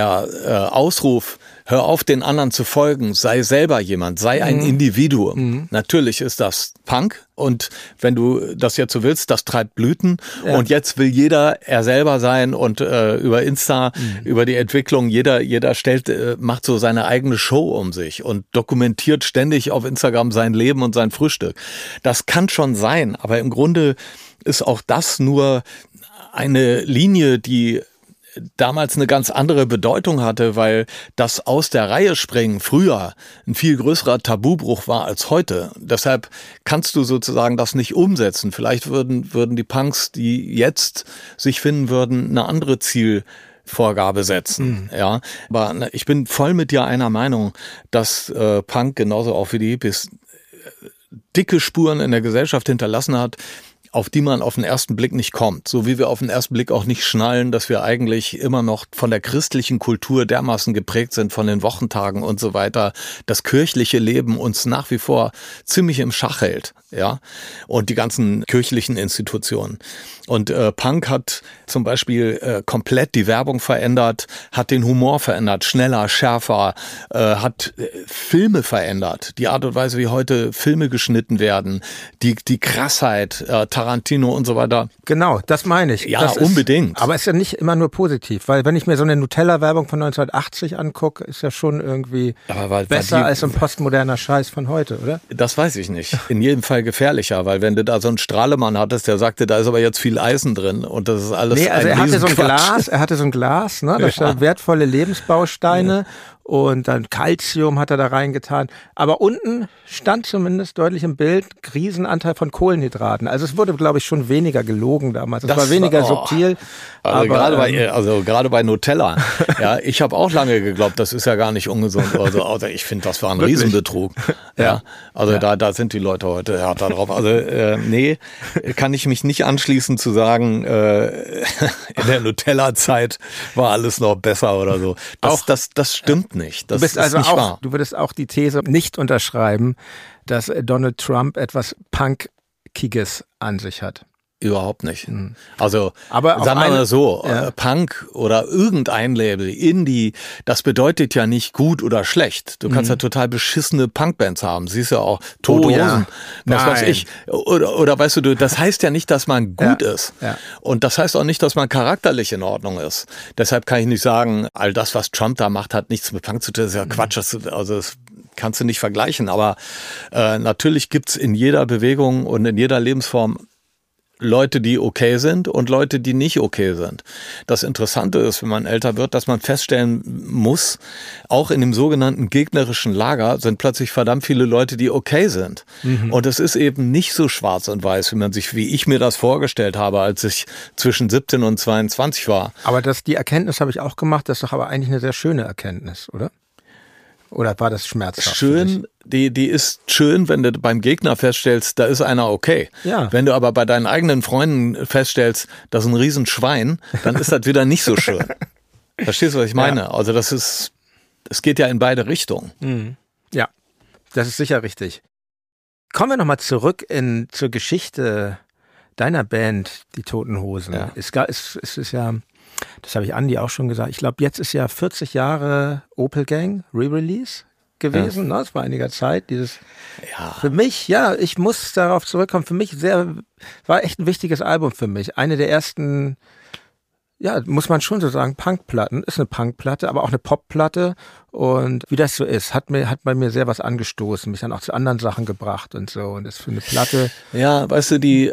Der Ausruf, hör auf, den anderen zu folgen, sei selber jemand, sei ein Individuum. Natürlich ist das Punk und wenn du das jetzt so willst, das treibt Blüten und jetzt will jeder er selber sein und über Insta, über die Entwicklung, jeder macht so seine eigene Show um sich und dokumentiert ständig auf Instagram sein Leben und sein Frühstück. Das kann schon sein, aber im Grunde ist auch das nur eine Linie, die damals eine ganz andere Bedeutung hatte, weil das aus der Reihe springen früher ein viel größerer Tabubruch war als heute. Deshalb kannst du sozusagen das nicht umsetzen. Vielleicht würden die Punks, die jetzt sich finden würden, eine andere Zielvorgabe setzen. Ja, aber ich bin voll mit dir einer Meinung, dass Punk genauso auch wie die Hippies dicke Spuren in der Gesellschaft hinterlassen hat, auf die man auf den ersten Blick nicht kommt. So wie wir auf den ersten Blick auch nicht schnallen, dass wir eigentlich immer noch von der christlichen Kultur dermaßen geprägt sind, von den Wochentagen und so weiter. Das kirchliche Leben uns nach wie vor ziemlich im Schach hält, ja. Und die ganzen kirchlichen Institutionen. Und Punk hat zum Beispiel komplett die Werbung verändert, hat den Humor verändert, schneller, schärfer, hat Filme verändert, die Art und Weise, wie heute Filme geschnitten werden, die Krassheit, Tarantino und so weiter. Genau, das meine ich. Ja, unbedingt. Aber es ist ja nicht immer nur positiv, weil wenn ich mir so eine Nutella-Werbung von 1980 angucke, ist ja schon irgendwie besser als so ein postmoderner Scheiß von heute, oder? Das weiß ich nicht. In jedem Fall gefährlicher, weil wenn du da so einen Strahlemann hattest, der sagte, da ist aber jetzt viel Eisen drin und das ist alles er hatte so ein Glas, ne? Da stand wertvolle Lebensbausteine und dann Calcium hat er da reingetan. Aber unten stand zumindest deutlich im Bild Riesenanteil von Kohlenhydraten. Also es wurde, glaube ich, schon weniger gelogen damals. Es war weniger subtil. Also aber gerade bei Nutella. Ja, ich habe auch lange geglaubt, das ist ja gar nicht ungesund. Also ich finde, das war ein Riesenbetrug. Ja, also da sind die Leute heute härter drauf. Also nee, kann ich mich nicht anschließen zu sagen, in der Nutella-Zeit war alles noch besser oder so. Das stimmt nicht. Das ist nicht wahr. Du würdest auch die These nicht unterschreiben, dass Donald Trump etwas Punkiges an sich hat. Überhaupt nicht. Also, sagen wir mal so, Punk oder irgendein Label, Indie, das bedeutet ja nicht gut oder schlecht. Du kannst ja total beschissene Punkbands haben. Siehst du auch, Tote Hosen, was weiß ich. Oder weißt du, das heißt ja nicht, dass man gut ist. Ja. Und das heißt auch nicht, dass man charakterlich in Ordnung ist. Deshalb kann ich nicht sagen, all das, was Trump da macht, hat nichts mit Punk zu tun. Das ist ja Quatsch. Das kannst du nicht vergleichen. Aber natürlich gibt's in jeder Bewegung und in jeder Lebensform Leute, die okay sind und Leute, die nicht okay sind. Das Interessante ist, wenn man älter wird, dass man feststellen muss, auch in dem sogenannten gegnerischen Lager sind plötzlich verdammt viele Leute, die okay sind. Und es ist eben nicht so schwarz und weiß, wie ich mir das vorgestellt habe, als ich zwischen 17 und 22 war. Aber die Erkenntnis habe ich auch gemacht, das ist doch aber eigentlich eine sehr schöne Erkenntnis, oder? Oder war das schmerzhaft? Schön, die ist schön, wenn du beim Gegner feststellst, da ist einer okay. Ja. Wenn du aber bei deinen eigenen Freunden feststellst, das ist ein Riesenschwein, dann ist das wieder nicht so schön. Verstehst du, was ich meine? Ja. Also es geht ja in beide Richtungen. Ja, das ist sicher richtig. Kommen wir nochmal zurück zur Geschichte deiner Band, die Toten Hosen. Ja. Es ist ja Das habe ich Andi auch schon gesagt. Ich glaube, jetzt ist ja 40 Jahre Opel Gang Re-Release gewesen. Ja. Ne? Das war einiger Zeit. Für mich, ich muss darauf zurückkommen, für mich war echt ein wichtiges Album für mich. Eine der ersten, muss man schon so sagen, Punkplatten. Ist eine Punkplatte, aber auch eine Popplatte. Und wie das so ist, hat bei mir sehr was angestoßen, mich dann auch zu anderen Sachen gebracht und so. Und das für eine Platte. Ja, weißt du, die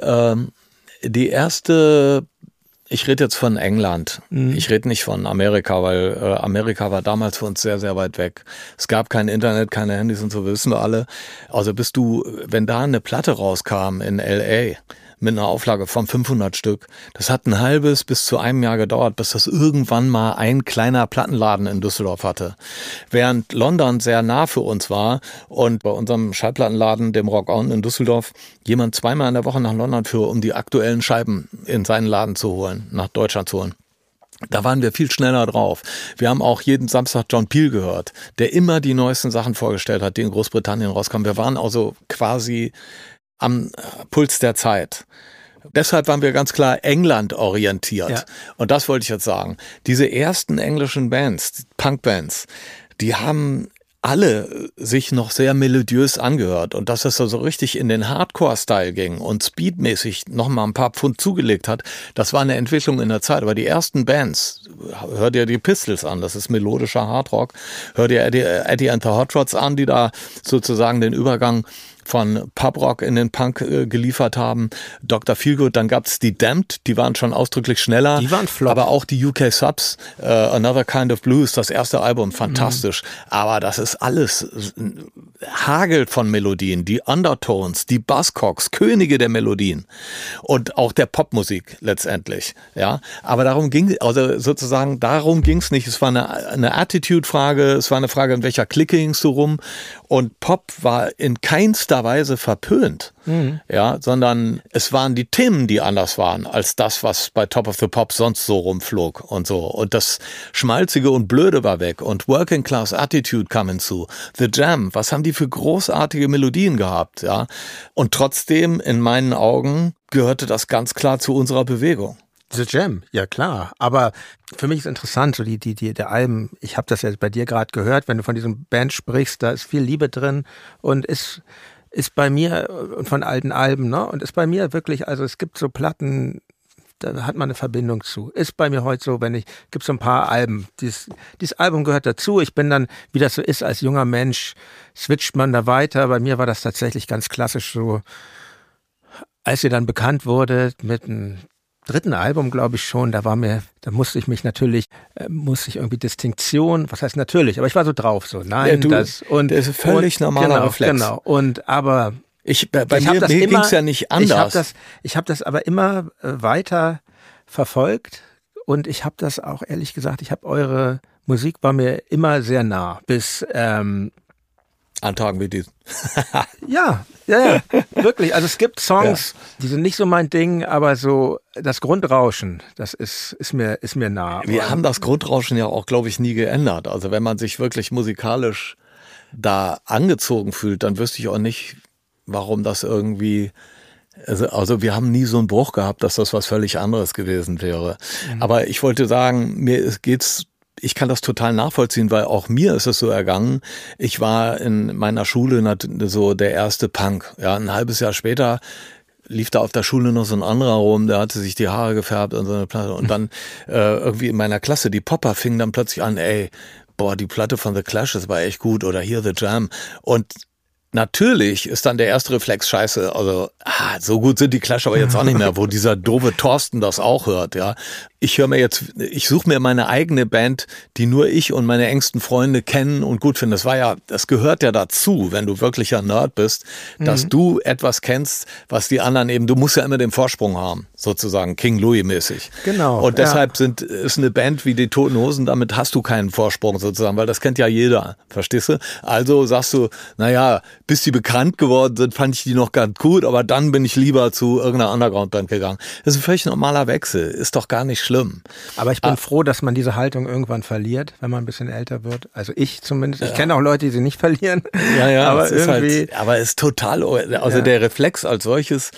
erste, ich rede jetzt von England. Ich rede nicht von Amerika, weil Amerika war damals für uns sehr, sehr weit weg. Es gab kein Internet, keine Handys und so, wissen wir alle. Also wenn da eine Platte rauskam in L.A., mit einer Auflage von 500 Stück. Das hat ein halbes bis zu einem Jahr gedauert, bis das irgendwann mal ein kleiner Plattenladen in Düsseldorf hatte. Während London sehr nah für uns war und bei unserem Schallplattenladen, dem Rock On in Düsseldorf, jemand zweimal in der Woche nach London fuhr, um die aktuellen Scheiben in seinen Laden zu holen, nach Deutschland zu holen. Da waren wir viel schneller drauf. Wir haben auch jeden Samstag John Peel gehört, der immer die neuesten Sachen vorgestellt hat, die in Großbritannien rauskamen. Wir waren also quasi am Puls der Zeit. Deshalb waren wir ganz klar England orientiert. Ja. Und das wollte ich jetzt sagen. Diese ersten englischen Bands, Punkbands, die haben alle sich noch sehr melodiös angehört. Und dass es so richtig in den Hardcore-Style ging und speedmäßig noch mal ein paar Pfund zugelegt hat, das war eine Entwicklung in der Zeit. Aber die ersten Bands, hör dir die Pistols an, das ist melodischer Hardrock. Hör dir Eddie and the Hot Rods an, die da sozusagen den Übergang von Pubrock in den Punk geliefert haben. Dr. Feelgood, dann gab's die Damned, die waren schon ausdrücklich schneller. Die waren flott. Aber auch die UK Subs, Another Kind of Blues, das erste Album, fantastisch. Aber das ist alles Hagel von Melodien, die Undertones, die Buzzcocks, Könige der Melodien und auch der Popmusik letztendlich. Ja, aber darum ging's nicht. Es war eine Attitude-Frage, es war eine Frage, in welcher Clique gingst du rum. Und Pop war in keinster Weise verpönt, sondern es waren die Themen, die anders waren als das, was bei Top of the Pops sonst so rumflog und so. Und das Schmalzige und Blöde war weg und Working Class Attitude kam hinzu. The Jam, was haben die für großartige Melodien gehabt, ja? Und trotzdem, in meinen Augen, gehörte das ganz klar zu unserer Bewegung. The Jam, ja klar. Aber für mich ist interessant, so der Alben, ich habe das ja bei dir gerade gehört, wenn du von diesem Band sprichst, da ist viel Liebe drin und ist bei mir, und von alten Alben, ne? Und ist bei mir wirklich, also es gibt so Platten, da hat man eine Verbindung zu. Ist bei mir heute so, gibt so ein paar Alben. Dieses Album gehört dazu. Ich bin dann, wie das so ist, als junger Mensch, switcht man da weiter. Bei mir war das tatsächlich ganz klassisch so, als ihr dann bekannt wurde mit einem dritten Album, glaube ich schon, da musste ich irgendwie Distinktion, was heißt natürlich, aber ich war so drauf, so, nein, das ist völlig normaler Reflex. Genau, und aber mir ging's ja nicht anders. Ich habe das aber immer weiter verfolgt und ich habe das auch, ehrlich gesagt, eure Musik war mir immer sehr nah, bis an Tagen wie diesen. Ja, wirklich. Also es gibt Songs, die sind nicht so mein Ding, aber so das Grundrauschen, das ist mir nah. Wir haben das Grundrauschen ja auch, glaube ich, nie geändert. Also wenn man sich wirklich musikalisch da angezogen fühlt, dann wüsste ich auch nicht, warum das irgendwie... Also wir haben nie so einen Bruch gehabt, dass das was völlig anderes gewesen wäre. Aber ich wollte sagen, ich kann das total nachvollziehen, weil auch mir ist es so ergangen. Ich war in meiner Schule so der erste Punk. Ja, ein halbes Jahr später lief da auf der Schule noch so ein anderer rum, der hatte sich die Haare gefärbt und so eine Platte. Und dann irgendwie in meiner Klasse, die Popper fingen dann plötzlich an, die Platte von The Clash, das war echt gut, oder hier The Jam. Und natürlich ist dann der erste Reflex scheiße, also so gut sind die Clash aber jetzt auch nicht mehr, wo dieser doofe Thorsten das auch hört, ja. Ich suche mir meine eigene Band, die nur ich und meine engsten Freunde kennen und gut finden. Das gehört ja dazu, wenn du wirklicher Nerd bist, dass du etwas kennst, was die anderen eben, du musst ja immer den Vorsprung haben, sozusagen King Louis mäßig. Genau. Und deshalb ist eine Band wie die Toten Hosen, damit hast du keinen Vorsprung sozusagen, weil das kennt ja jeder, verstehst du? Also sagst du, bis die bekannt geworden sind, fand ich die noch ganz gut, aber dann bin ich lieber zu irgendeiner Underground-Band gegangen. Das ist ein völlig normaler Wechsel, ist doch gar nicht schlimm. Aber ich bin froh, dass man diese Haltung irgendwann verliert, wenn man ein bisschen älter wird. Also ich zumindest. Ich kenne auch Leute, die sie nicht verlieren. Ja, aber aber es ist total, der Reflex als solches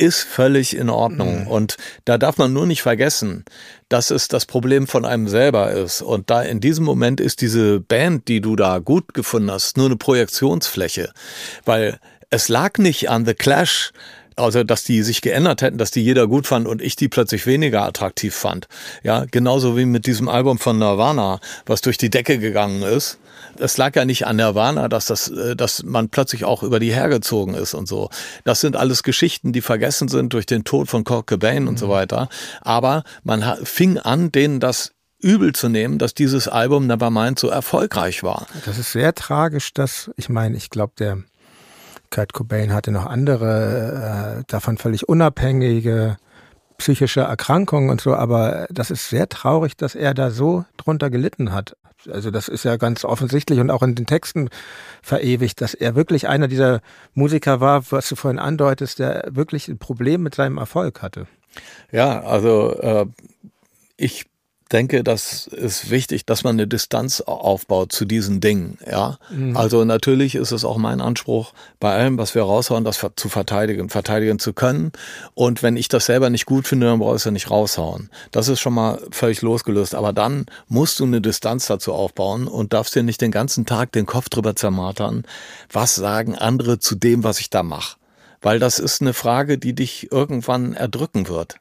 ist völlig in Ordnung. Und da darf man nur nicht vergessen, dass es das Problem von einem selber ist. Und da in diesem Moment ist diese Band, die du da gut gefunden hast, nur eine Projektionsfläche. Weil es lag nicht an The Clash, also dass die sich geändert hätten, dass die jeder gut fand und ich die plötzlich weniger attraktiv fand. Ja, genauso wie mit diesem Album von Nirvana, was durch die Decke gegangen ist. Es lag ja nicht an Nirvana, dass man plötzlich auch über die hergezogen ist und so. Das sind alles Geschichten, die vergessen sind durch den Tod von Kurt Cobain und so weiter. Aber man fing an, denen das übel zu nehmen, dass dieses Album Nevermind so erfolgreich war. Das ist sehr tragisch, ich glaube, der Kurt Cobain hatte noch andere, davon völlig unabhängige psychische Erkrankungen und so, aber das ist sehr traurig, dass er da so drunter gelitten hat. Also das ist ja ganz offensichtlich und auch in den Texten verewigt, dass er wirklich einer dieser Musiker war, was du vorhin andeutest, der wirklich ein Problem mit seinem Erfolg hatte. Ja, also ich denke, das ist wichtig, dass man eine Distanz aufbaut zu diesen Dingen. Ja, also natürlich ist es auch mein Anspruch, bei allem, was wir raushauen, das zu verteidigen zu können. Und wenn ich das selber nicht gut finde, dann brauche ich es ja nicht raushauen. Das ist schon mal völlig losgelöst. Aber dann musst du eine Distanz dazu aufbauen und darfst dir nicht den ganzen Tag den Kopf drüber zermartern, was sagen andere zu dem, was ich da mache. Weil das ist eine Frage, die dich irgendwann erdrücken wird.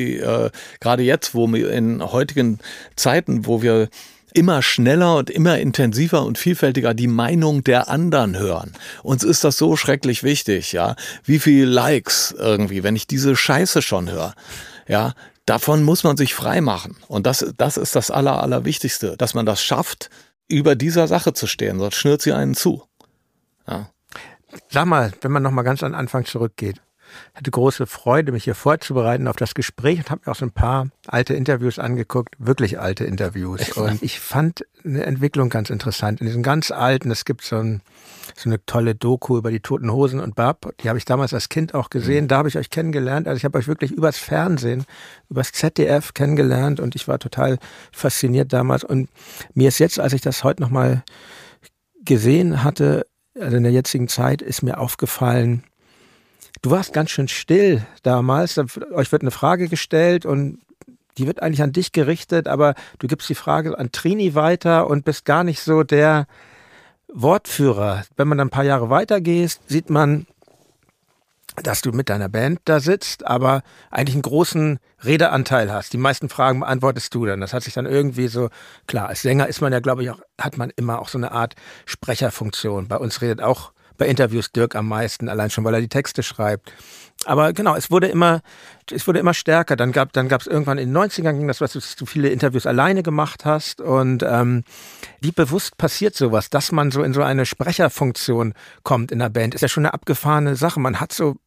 Gerade jetzt, wo wir in heutigen Zeiten, wo wir immer schneller und immer intensiver und vielfältiger die Meinung der anderen hören. Uns ist das so schrecklich wichtig, ja. Wie viel Likes irgendwie, wenn ich diese Scheiße schon höre, ja. Davon muss man sich frei machen. Und das ist das Allerwichtigste, dass man das schafft, über dieser Sache zu stehen, sonst schnürt sie einen zu. Ja. Sag mal, wenn man noch mal ganz an den Anfang zurückgeht. Ich hatte große Freude, mich hier vorzubereiten auf das Gespräch und habe mir auch so ein paar alte Interviews angeguckt, wirklich alte Interviews. Und ich fand eine Entwicklung ganz interessant. In diesen ganz alten, es gibt so eine tolle Doku über die Toten Hosen und Bab, die habe ich damals als Kind auch gesehen. Da habe ich euch kennengelernt. Also ich habe euch wirklich übers Fernsehen, übers ZDF kennengelernt und ich war total fasziniert damals. Und mir ist jetzt, als ich das heute noch mal gesehen hatte, also in der jetzigen Zeit, ist mir aufgefallen, du warst ganz schön still damals. Euch wird eine Frage gestellt und die wird eigentlich an dich gerichtet, aber du gibst die Frage an Trini weiter und bist gar nicht so der Wortführer. Wenn man dann ein paar Jahre weiter geht, sieht man, dass du mit deiner Band da sitzt, aber eigentlich einen großen Redeanteil hast. Die meisten Fragen beantwortest du dann. Das hat sich dann irgendwie so, klar, als Sänger ist man ja, glaube ich, auch, hat man immer auch so eine Art Sprecherfunktion. Bei uns redet auch bei Interviews Dirk am meisten, allein schon, weil er die Texte schreibt. Aber genau, es wurde immer stärker. Dann gab es irgendwann in den 90ern ging das, dass du viele Interviews alleine gemacht hast. Und wie bewusst passiert sowas, dass man so in so eine Sprecherfunktion kommt in der Band, ist ja schon eine abgefahrene Sache. Man hat so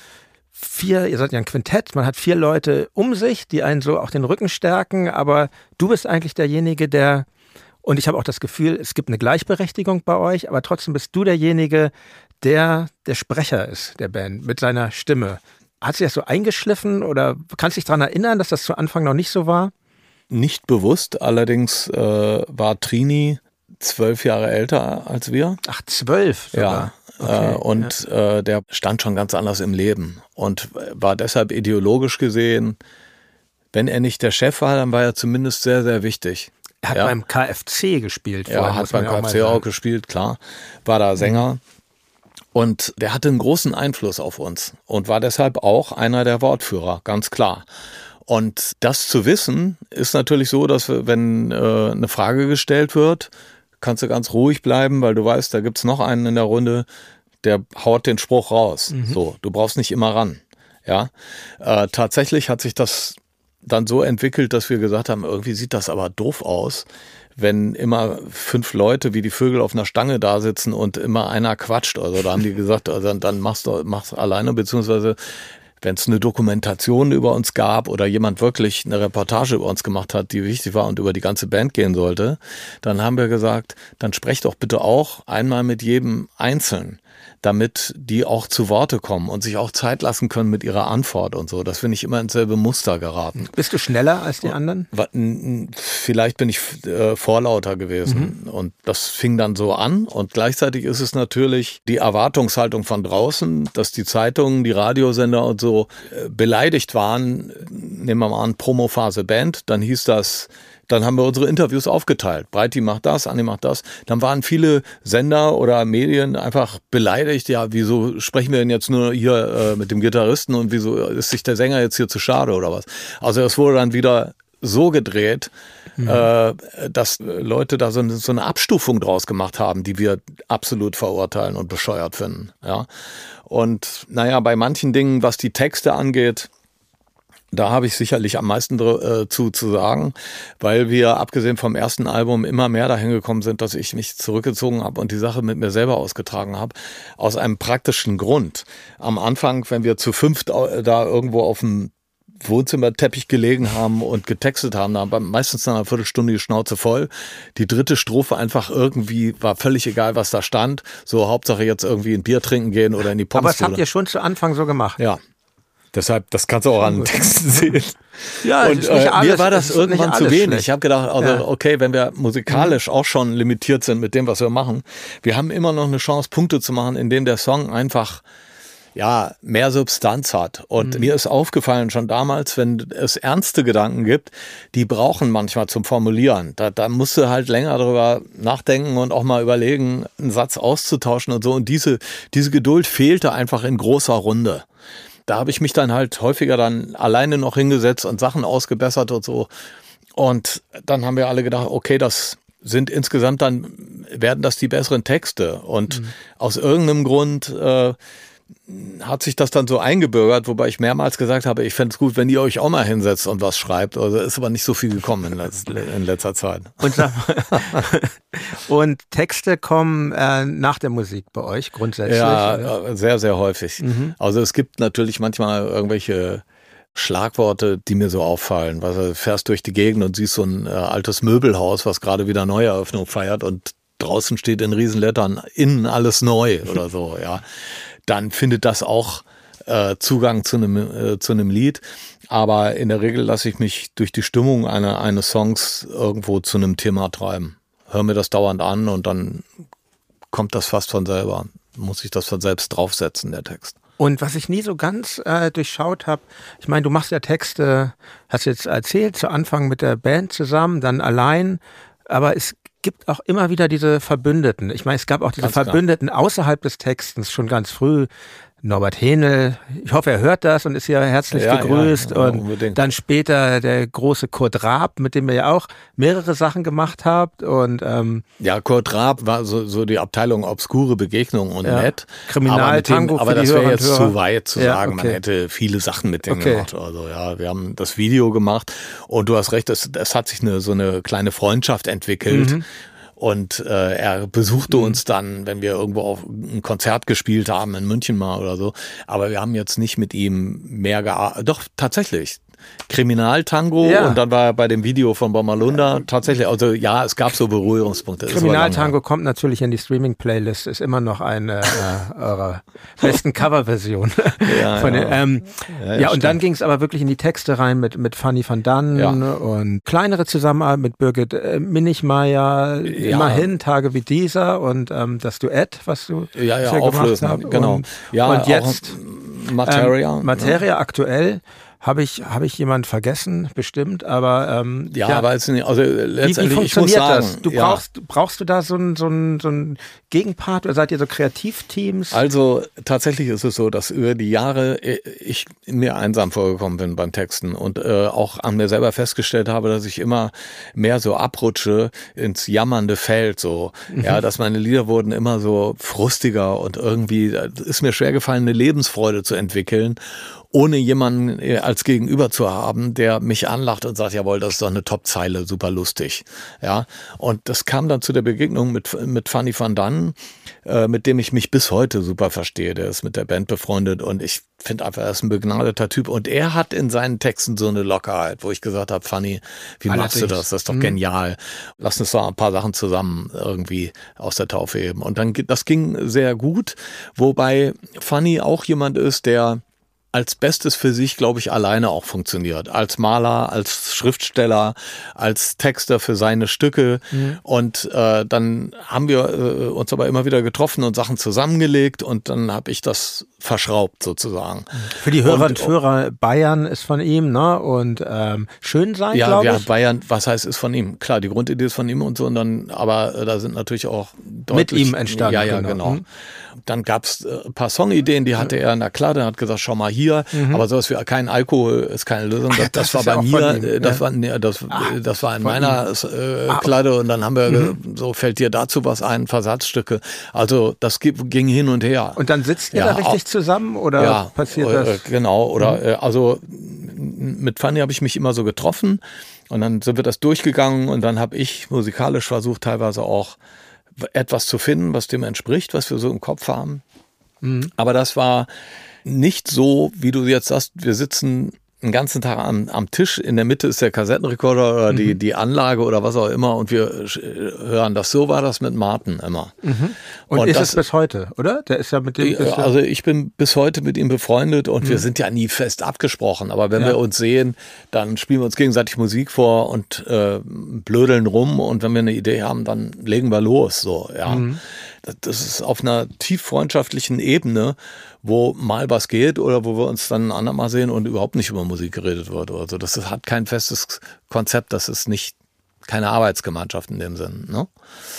ihr seid ja ein Quintett, man hat 4 Leute um sich, die einen so auch den Rücken stärken, aber du bist eigentlich derjenige, und ich habe auch das Gefühl, es gibt eine Gleichberechtigung bei euch, aber trotzdem bist du derjenige, der Sprecher ist der Band mit seiner Stimme. Hat sich das so eingeschliffen oder kannst du dich daran erinnern, dass das zu Anfang noch nicht so war? Nicht bewusst, allerdings war Trini 12 Jahre älter als wir. Ach, 12 sogar. Ja. Okay, der stand schon ganz anders im Leben und war deshalb ideologisch gesehen, wenn er nicht der Chef war, dann war er zumindest sehr, sehr wichtig. Er hat beim KFC gespielt. Ja, hat beim KFC auch gespielt, klar. War da Sänger. Und der hatte einen großen Einfluss auf uns und war deshalb auch einer der Wortführer, ganz klar. Und das zu wissen, ist natürlich so, dass wenn eine Frage gestellt wird, kannst du ganz ruhig bleiben, weil du weißt, da gibt's noch einen in der Runde, der haut den Spruch raus. So, du brauchst nicht immer ran. Ja, tatsächlich hat sich das dann so entwickelt, dass wir gesagt haben, irgendwie sieht das aber doof aus, wenn immer 5 Leute wie die Vögel auf einer Stange da sitzen und immer einer quatscht. Also da haben die gesagt, also dann mach's alleine, beziehungsweise wenn es eine Dokumentation über uns gab oder jemand wirklich eine Reportage über uns gemacht hat, die wichtig war und über die ganze Band gehen sollte, dann haben wir gesagt, dann sprecht doch bitte auch einmal mit jedem Einzelnen, damit die auch zu Worte kommen und sich auch Zeit lassen können mit ihrer Antwort und so. Das finde ich immer ins selbe Muster geraten. Bist du schneller als die anderen? Vielleicht bin ich vorlauter gewesen. Und das fing dann so an. Und gleichzeitig ist es natürlich die Erwartungshaltung von draußen, dass die Zeitungen, die Radiosender und so so beleidigt waren, nehmen wir mal an, Promophase Band, dann hieß das, dann haben wir unsere Interviews aufgeteilt. Breiti macht das, Andi macht das. Dann waren viele Sender oder Medien einfach beleidigt. Ja, wieso sprechen wir denn jetzt nur hier mit dem Gitarristen und wieso ist sich der Sänger jetzt hier zu schade oder was? Also es wurde dann wieder so gedreht, dass Leute da so eine Abstufung draus gemacht haben, die wir absolut verurteilen und bescheuert finden. Ja. Und naja, bei manchen Dingen, was die Texte angeht, da habe ich sicherlich am meisten zu sagen, weil wir abgesehen vom ersten Album immer mehr dahin gekommen sind, dass ich mich zurückgezogen habe und die Sache mit mir selber ausgetragen habe. Aus einem praktischen Grund. Am Anfang, wenn wir zu fünft da irgendwo auf dem Wohnzimmerteppich gelegen haben und getextet haben, da haben meistens nach einer Viertelstunde die Schnauze voll. Die dritte Strophe einfach irgendwie, war völlig egal, was da stand. So, Hauptsache jetzt irgendwie ein Bier trinken gehen oder in die Pommesbude. Aber das habt ihr schon zu Anfang so gemacht? Ja. Deshalb, das kannst du auch an den Texten sehen. Ja, und mir war das irgendwann zu wenig. Schlecht. Ich habe gedacht, also okay, wenn wir musikalisch auch schon limitiert sind mit dem, was wir machen, wir haben immer noch eine Chance, Punkte zu machen, indem der Song einfach mehr Substanz hat. Und mir ist aufgefallen schon damals, wenn es ernste Gedanken gibt, die brauchen manchmal zum Formulieren. Da musst du halt länger drüber nachdenken und auch mal überlegen, einen Satz auszutauschen und so. Und diese Geduld fehlte einfach in großer Runde. Da habe ich mich dann halt häufiger dann alleine noch hingesetzt und Sachen ausgebessert und so. Und dann haben wir alle gedacht, okay, das sind insgesamt dann, werden das die besseren Texte. Und aus irgendeinem Grund hat sich das dann so eingebürgert, wobei ich mehrmals gesagt habe, ich fände es gut, wenn ihr euch auch mal hinsetzt und was schreibt. Also ist aber nicht so viel gekommen in letzter Zeit. Und Texte kommen nach der Musik bei euch grundsätzlich? Ja, sehr, sehr häufig. Also es gibt natürlich manchmal irgendwelche Schlagworte, die mir so auffallen. Du fährst durch die Gegend und siehst so ein altes Möbelhaus, was gerade wieder Neueröffnung feiert und draußen steht in Riesenlettern, innen alles neu oder so, ja. Dann findet das auch Zugang zu einem Lied. Aber in der Regel lasse ich mich durch die Stimmung eines Songs irgendwo zu einem Thema treiben. Hör mir das dauernd an und dann kommt das fast von selber. Muss ich das von selbst draufsetzen, der Text. Und was ich nie so ganz durchschaut habe, ich meine, du machst ja Texte, hast jetzt erzählt, zu Anfang mit der Band zusammen, dann allein, aber es gibt auch immer wieder diese Verbündeten. Ich meine, es gab auch diese Verbündeten außerhalb des Textens schon ganz früh. Norbert Henel, ich hoffe, er hört das und ist hier herzlich gegrüßt. Ja, und unbedingt. Dann später der große Kurt Raab, mit dem ihr ja auch mehrere Sachen gemacht habt. Und Kurt Raab war so die Abteilung obskure Begegnung und nett. Kriminaltango, aber das wäre jetzt zu weit zu sagen. Man hätte viele Sachen mit denen gemacht. Also wir haben das Video gemacht und du hast recht, es hat sich so eine kleine Freundschaft entwickelt. Und er besuchte uns dann, wenn wir irgendwo auf ein Konzert gespielt haben, in München mal oder so. Aber wir haben jetzt nicht mit ihm mehr gearbeitet. Doch, tatsächlich. Kriminaltango und dann war er bei dem Video von Bommerlunder tatsächlich, also es gab so Berührungspunkte. Kriminaltango kommt natürlich in die Streaming-Playlist, ist immer noch eine eurer besten Coverversion. Und dann ging es aber wirklich in die Texte rein mit Fanny van Dann und kleinere Zusammenarbeit mit Birgit Minichmeier, immerhin Tage wie dieser und das Duett, was du gemacht hast. Genau. Und jetzt Materia aktuell. Habe ich jemand vergessen? Bestimmt, aber weiß nicht. Also letztendlich, wie funktioniert das? Brauchst du da so einen Gegenpart oder seid ihr so Kreativteams? Also tatsächlich ist es so, dass über die Jahre ich mir einsam vorgekommen bin beim Texten und auch an mir selber festgestellt habe, dass ich immer mehr so abrutsche ins jammernde Feld, so dass meine Lieder wurden immer so frustiger und irgendwie ist mir schwer gefallen, eine Lebensfreude zu entwickeln, ohne jemanden als Gegenüber zu haben, der mich anlacht und sagt, jawohl, das ist doch eine Top-Zeile, super lustig. Ja, und das kam dann zu der Begegnung mit Fanny van Dann, mit dem ich mich bis heute super verstehe. Der ist mit der Band befreundet und ich finde einfach, er ist ein begnadeter Typ. Und er hat in seinen Texten so eine Lockerheit, wo ich gesagt habe, Fanny, wie machst du das? Das ist doch genial. Lass uns doch ein paar Sachen zusammen irgendwie aus der Taufe heben. Und dann, das ging sehr gut, wobei Fanny auch jemand ist, der als Bestes für sich, glaube ich, alleine auch funktioniert. Als Maler, als Schriftsteller, als Texter für seine Stücke. Und dann haben wir uns aber immer wieder getroffen und Sachen zusammengelegt und dann habe ich das verschraubt sozusagen. Für die Hörer und Hörer, Bayern ist von ihm, ne? Und Schönsein, glaube ich. Ja, Bayern, was heißt, ist von ihm? Klar, die Grundidee ist von ihm und so, und dann, aber da sind natürlich auch deutlich... Mit ihm entstanden. Ja, genau. Dann gab's ein paar Songideen, die hatte er, na klar, der hat gesagt, schau mal hier, aber sowas wie kein Alkohol ist keine Lösung. Das war bei mir, das war in meiner Kladde und dann haben wir, so fällt dir dazu was ein, Versatzstücke. Also das ging hin und her. Und dann sitzt ihr da richtig zusammen oder passiert das? Genau, oder also mit Fanny habe ich mich immer so getroffen und dann sind wir das durchgegangen und dann habe ich musikalisch versucht, teilweise auch etwas zu finden, was dem entspricht, was wir so im Kopf haben. Aber das war nicht so, wie du jetzt sagst, wir sitzen den ganzen Tag am Tisch, in der Mitte ist der Kassettenrekorder oder die Anlage oder was auch immer und wir hören das. So war das mit Martin immer. Und ist es bis heute, oder? Der ist ja mit dem... Also ich bin bis heute mit ihm befreundet und wir sind ja nie fest abgesprochen, aber wenn wir uns sehen, dann spielen wir uns gegenseitig Musik vor und blödeln rum und wenn wir eine Idee haben, dann legen wir los. So, ja. Das ist auf einer tief freundschaftlichen Ebene, wo mal was geht oder wo wir uns dann ein andermal sehen und überhaupt nicht über Musik geredet wird. Also das hat kein festes Konzept, das ist keine Arbeitsgemeinschaft in dem Sinn. Ne?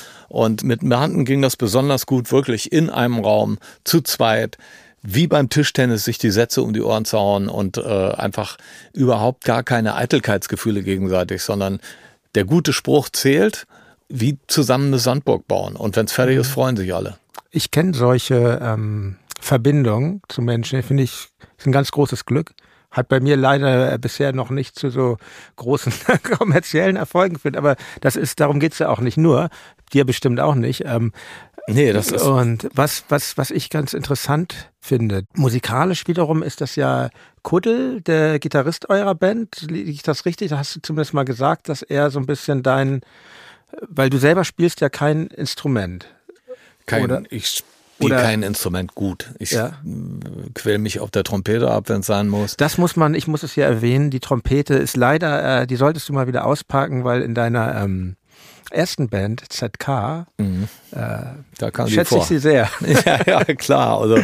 Und mit Martin ging das besonders gut, wirklich in einem Raum, zu zweit, wie beim Tischtennis, sich die Sätze um die Ohren zu hauen und einfach überhaupt gar keine Eitelkeitsgefühle gegenseitig, sondern der gute Spruch zählt, wie zusammen eine Sandburg bauen. Und wenn es fertig ist, freuen sich alle. Ich kenne solche Verbindungen zu Menschen, finde ich, ist ein ganz großes Glück. Hat bei mir leider bisher noch nicht zu so großen kommerziellen Erfolgen geführt, aber darum geht's ja auch nicht nur, dir bestimmt auch nicht. Nee, das ist... Und was ich ganz interessant finde, musikalisch wiederum ist das ja Kuddel, der Gitarrist eurer Band. Liege ich das richtig? Da hast du zumindest mal gesagt, dass er so ein bisschen weil du selber spielst ja kein Instrument. Ich spiele kein Instrument gut. Ich quäle mich auf der Trompete ab, wenn es sein muss. Ich muss es ja erwähnen, die Trompete ist leider, die solltest du mal wieder auspacken, weil in deiner ersten Band, ZK, da kam schätze ich sie sehr. ja, klar. Also,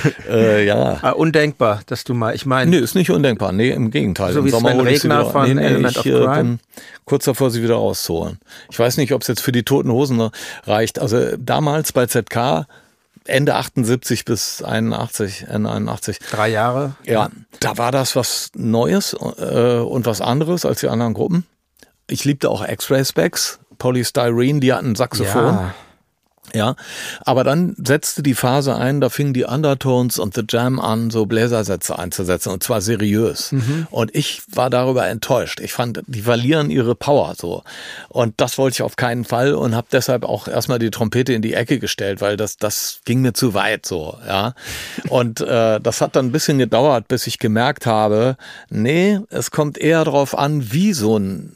undenkbar, dass du mal, ich meine... Nee, ist nicht undenkbar. Nee, im Gegenteil. So wie Sven Regner von Element of Crime. Bin kurz davor, sie wieder rauszuholen. Ich weiß nicht, ob es jetzt für die Toten Hosen reicht. Also damals bei ZK, Ende 78 bis 81, Ende 81. 3 Jahre. Ja, da war das was Neues und was anderes als die anderen Gruppen. Ich liebte auch X-Ray Specs, Polystyrene, die hatten ein Saxophon. Ja, aber dann setzte die Phase ein, da fingen die Undertones und The Jam an, so Bläsersätze einzusetzen und zwar seriös. Und ich war darüber enttäuscht. Ich fand, die verlieren ihre Power so. Und das wollte ich auf keinen Fall und habe deshalb auch erstmal die Trompete in die Ecke gestellt, weil das ging mir zu weit so, ja. Und das hat dann ein bisschen gedauert, bis ich gemerkt habe, nee, es kommt eher darauf an, wie so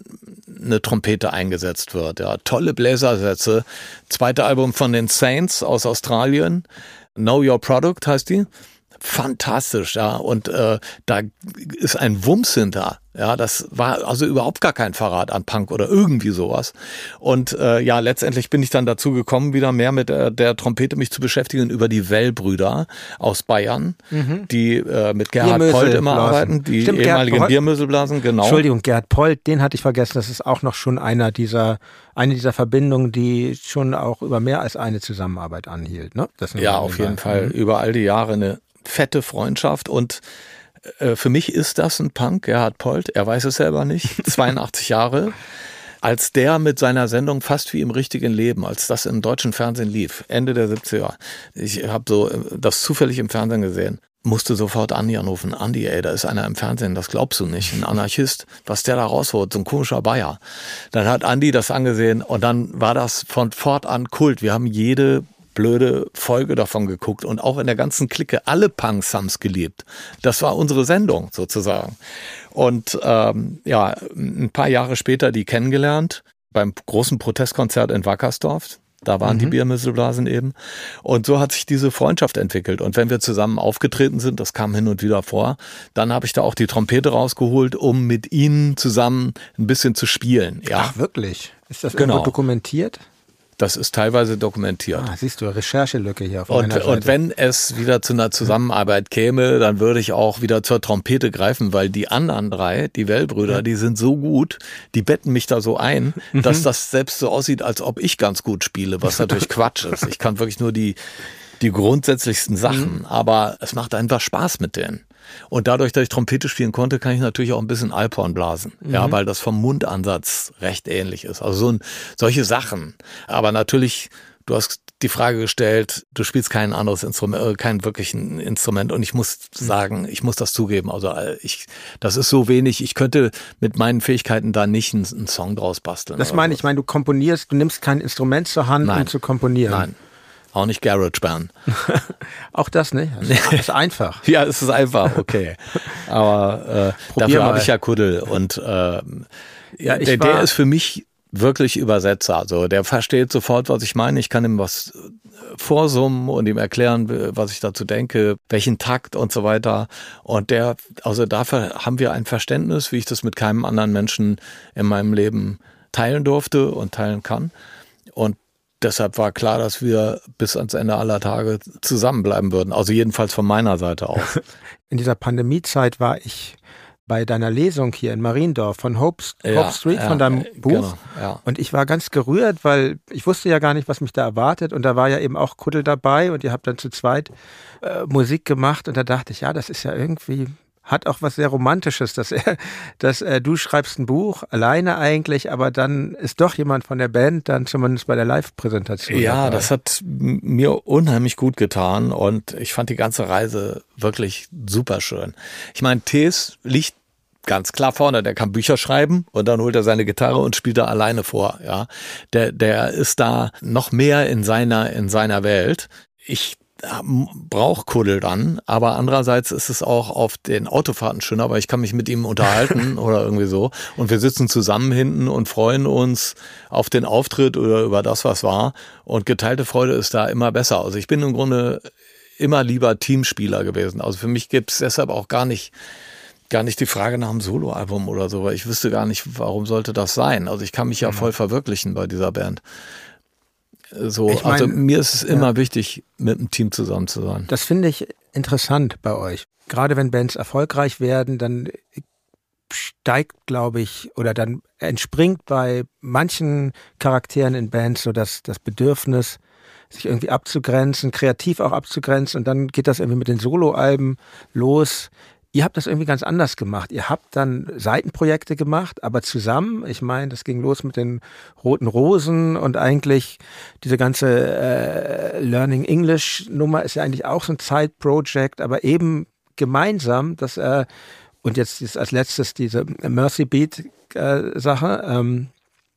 eine Trompete eingesetzt wird. Ja, tolle Bläsersätze. Zweite Album von den Saints aus Australien. Know Your Product heißt die. Fantastisch, ja. Und da ist ein Wumms hinter. Ja, das war also überhaupt gar kein Verrat an Punk oder irgendwie sowas. Und letztendlich bin ich dann dazu gekommen, wieder mehr mit der Trompete mich zu beschäftigen über die Well-Brüder aus Bayern, die mit Gerhard Polt immer arbeiten, die ehemaligen Biermöselblasen, genau. Entschuldigung, Gerhard Polt, den hatte ich vergessen. Das ist auch noch schon eine dieser Verbindungen, die schon auch über mehr als eine Zusammenarbeit anhielt. Ne? Ja, auf jeden Fall. Über all die Jahre eine fette Freundschaft und für mich ist das ein Punk, Gerhard Polt, er weiß es selber nicht, 82 Jahre, als der mit seiner Sendung Fast wie im richtigen Leben, als das im deutschen Fernsehen lief, Ende der 70er, ich habe so das zufällig im Fernsehen gesehen, musste sofort Andi anrufen, Andi, ey, da ist einer im Fernsehen, das glaubst du nicht, ein Anarchist, was der da rausholt, so ein komischer Bayer. Dann hat Andi das angesehen und dann war das von fortan Kult, wir haben jede blöde Folge davon geguckt und auch in der ganzen Clique, alle Punks haben's geliebt. Das war unsere Sendung sozusagen. Und ein paar Jahre später die kennengelernt beim großen Protestkonzert in Wackersdorf. Da waren die Biermüsselblasen eben. Und so hat sich diese Freundschaft entwickelt. Und wenn wir zusammen aufgetreten sind, das kam hin und wieder vor, dann habe ich da auch die Trompete rausgeholt, um mit ihnen zusammen ein bisschen zu spielen. Ja. Ach, wirklich? Ist das irgendwo dokumentiert? Das ist teilweise dokumentiert. Ah, siehst du, Recherchelücke hier auf meiner Seite. Und wenn es wieder zu einer Zusammenarbeit käme, dann würde ich auch wieder zur Trompete greifen, weil die anderen drei, die Well-Brüder, die sind so gut, die betten mich da so ein, dass das selbst so aussieht, als ob ich ganz gut spiele, was natürlich Quatsch ist. Ich kann wirklich nur die grundsätzlichsten Sachen, aber es macht einfach Spaß mit denen. Und dadurch, dass ich Trompete spielen konnte, kann ich natürlich auch ein bisschen Alphorn blasen. Ja, weil das vom Mundansatz recht ähnlich ist. Also solche Sachen. Aber natürlich, du hast die Frage gestellt, du spielst kein anderes Instrument, kein wirklichen Instrument. Und ich muss sagen, ich muss das zugeben. Also das ist so wenig. Ich könnte mit meinen Fähigkeiten da nicht einen Song draus basteln. Das meine ich. Ich meine, du komponierst, du nimmst kein Instrument zur Hand, um zu komponieren. Nein. Auch nicht GarageBand. Auch das nicht? Das ist einfach. Ja, es ist einfach, okay. Aber dafür habe ich ja Kuddel. Und der ist für mich wirklich Übersetzer. Also der versteht sofort, was ich meine. Ich kann ihm was vorsummen und ihm erklären, was ich dazu denke, welchen Takt und so weiter. Und dafür haben wir ein Verständnis, wie ich das mit keinem anderen Menschen in meinem Leben teilen durfte und teilen kann. Und deshalb war klar, dass wir bis ans Ende aller Tage zusammenbleiben würden. Also jedenfalls von meiner Seite aus. In dieser Pandemiezeit war ich bei deiner Lesung hier in Mariendorf von Hope Street, von deinem Buch. Genau, ja. Und ich war ganz gerührt, weil ich wusste ja gar nicht, was mich da erwartet. Und da war ja eben auch Kuddel dabei und ihr habt dann zu zweit Musik gemacht. Und da dachte ich, ja, das ist ja irgendwie... hat auch was sehr Romantisches, dass du schreibst ein Buch, alleine eigentlich, aber dann ist doch jemand von der Band dann zumindest bei der Live-Präsentation. Ja, das hat mir unheimlich gut getan und ich fand die ganze Reise wirklich super schön. Ich meine, Thees liegt ganz klar vorne, der kann Bücher schreiben und dann holt er seine Gitarre und spielt da alleine vor. Ja, der ist da noch mehr in seiner Welt. Ich brauche Kuddel dann, aber andererseits ist es auch auf den Autofahrten schöner, weil ich kann mich mit ihm unterhalten oder irgendwie so und wir sitzen zusammen hinten und freuen uns auf den Auftritt oder über das, was war und geteilte Freude ist da immer besser. Also ich bin im Grunde immer lieber Teamspieler gewesen. Also für mich gibt es deshalb auch gar nicht die Frage nach einem Soloalbum oder so, weil ich wüsste gar nicht, warum sollte das sein. Also ich kann mich ja voll verwirklichen bei dieser Band. So, also mir ist es immer wichtig, mit einem Team zusammen zu sein. Das finde ich interessant bei euch. Gerade wenn Bands erfolgreich werden, dann steigt, glaube ich, oder dann entspringt bei manchen Charakteren in Bands so das Bedürfnis, sich irgendwie abzugrenzen, kreativ auch abzugrenzen und dann geht das irgendwie mit den Soloalben los. Ihr habt das irgendwie ganz anders gemacht. Ihr habt dann Seitenprojekte gemacht, aber zusammen. Ich meine, das ging los mit den Roten Rosen und eigentlich diese ganze Learning English Nummer ist ja eigentlich auch so ein Side-Project, aber eben gemeinsam, und jetzt ist als letztes diese Mercy Beat Sache.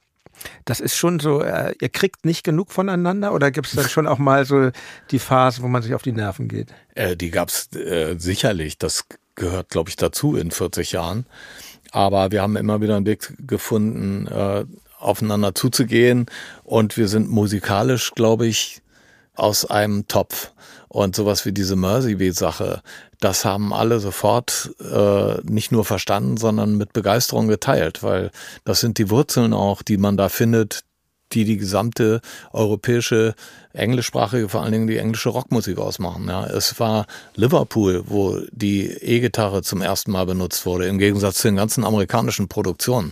Das ist schon so, ihr kriegt nicht genug voneinander oder gibt es dann schon auch mal so die Phase, wo man sich auf die Nerven geht? Die gab's sicherlich. Das gehört, glaube ich, dazu in 40 Jahren. Aber wir haben immer wieder einen Weg gefunden, aufeinander zuzugehen. Und wir sind musikalisch, glaube ich, aus einem Topf. Und sowas wie diese Mercy Beat-Sache, das haben alle sofort nicht nur verstanden, sondern mit Begeisterung geteilt. Weil das sind die Wurzeln auch, die man da findet, die gesamte europäische, englischsprachige, vor allen Dingen die englische Rockmusik ausmachen. Ja, es war Liverpool, wo die E-Gitarre zum ersten Mal benutzt wurde, im Gegensatz zu den ganzen amerikanischen Produktionen.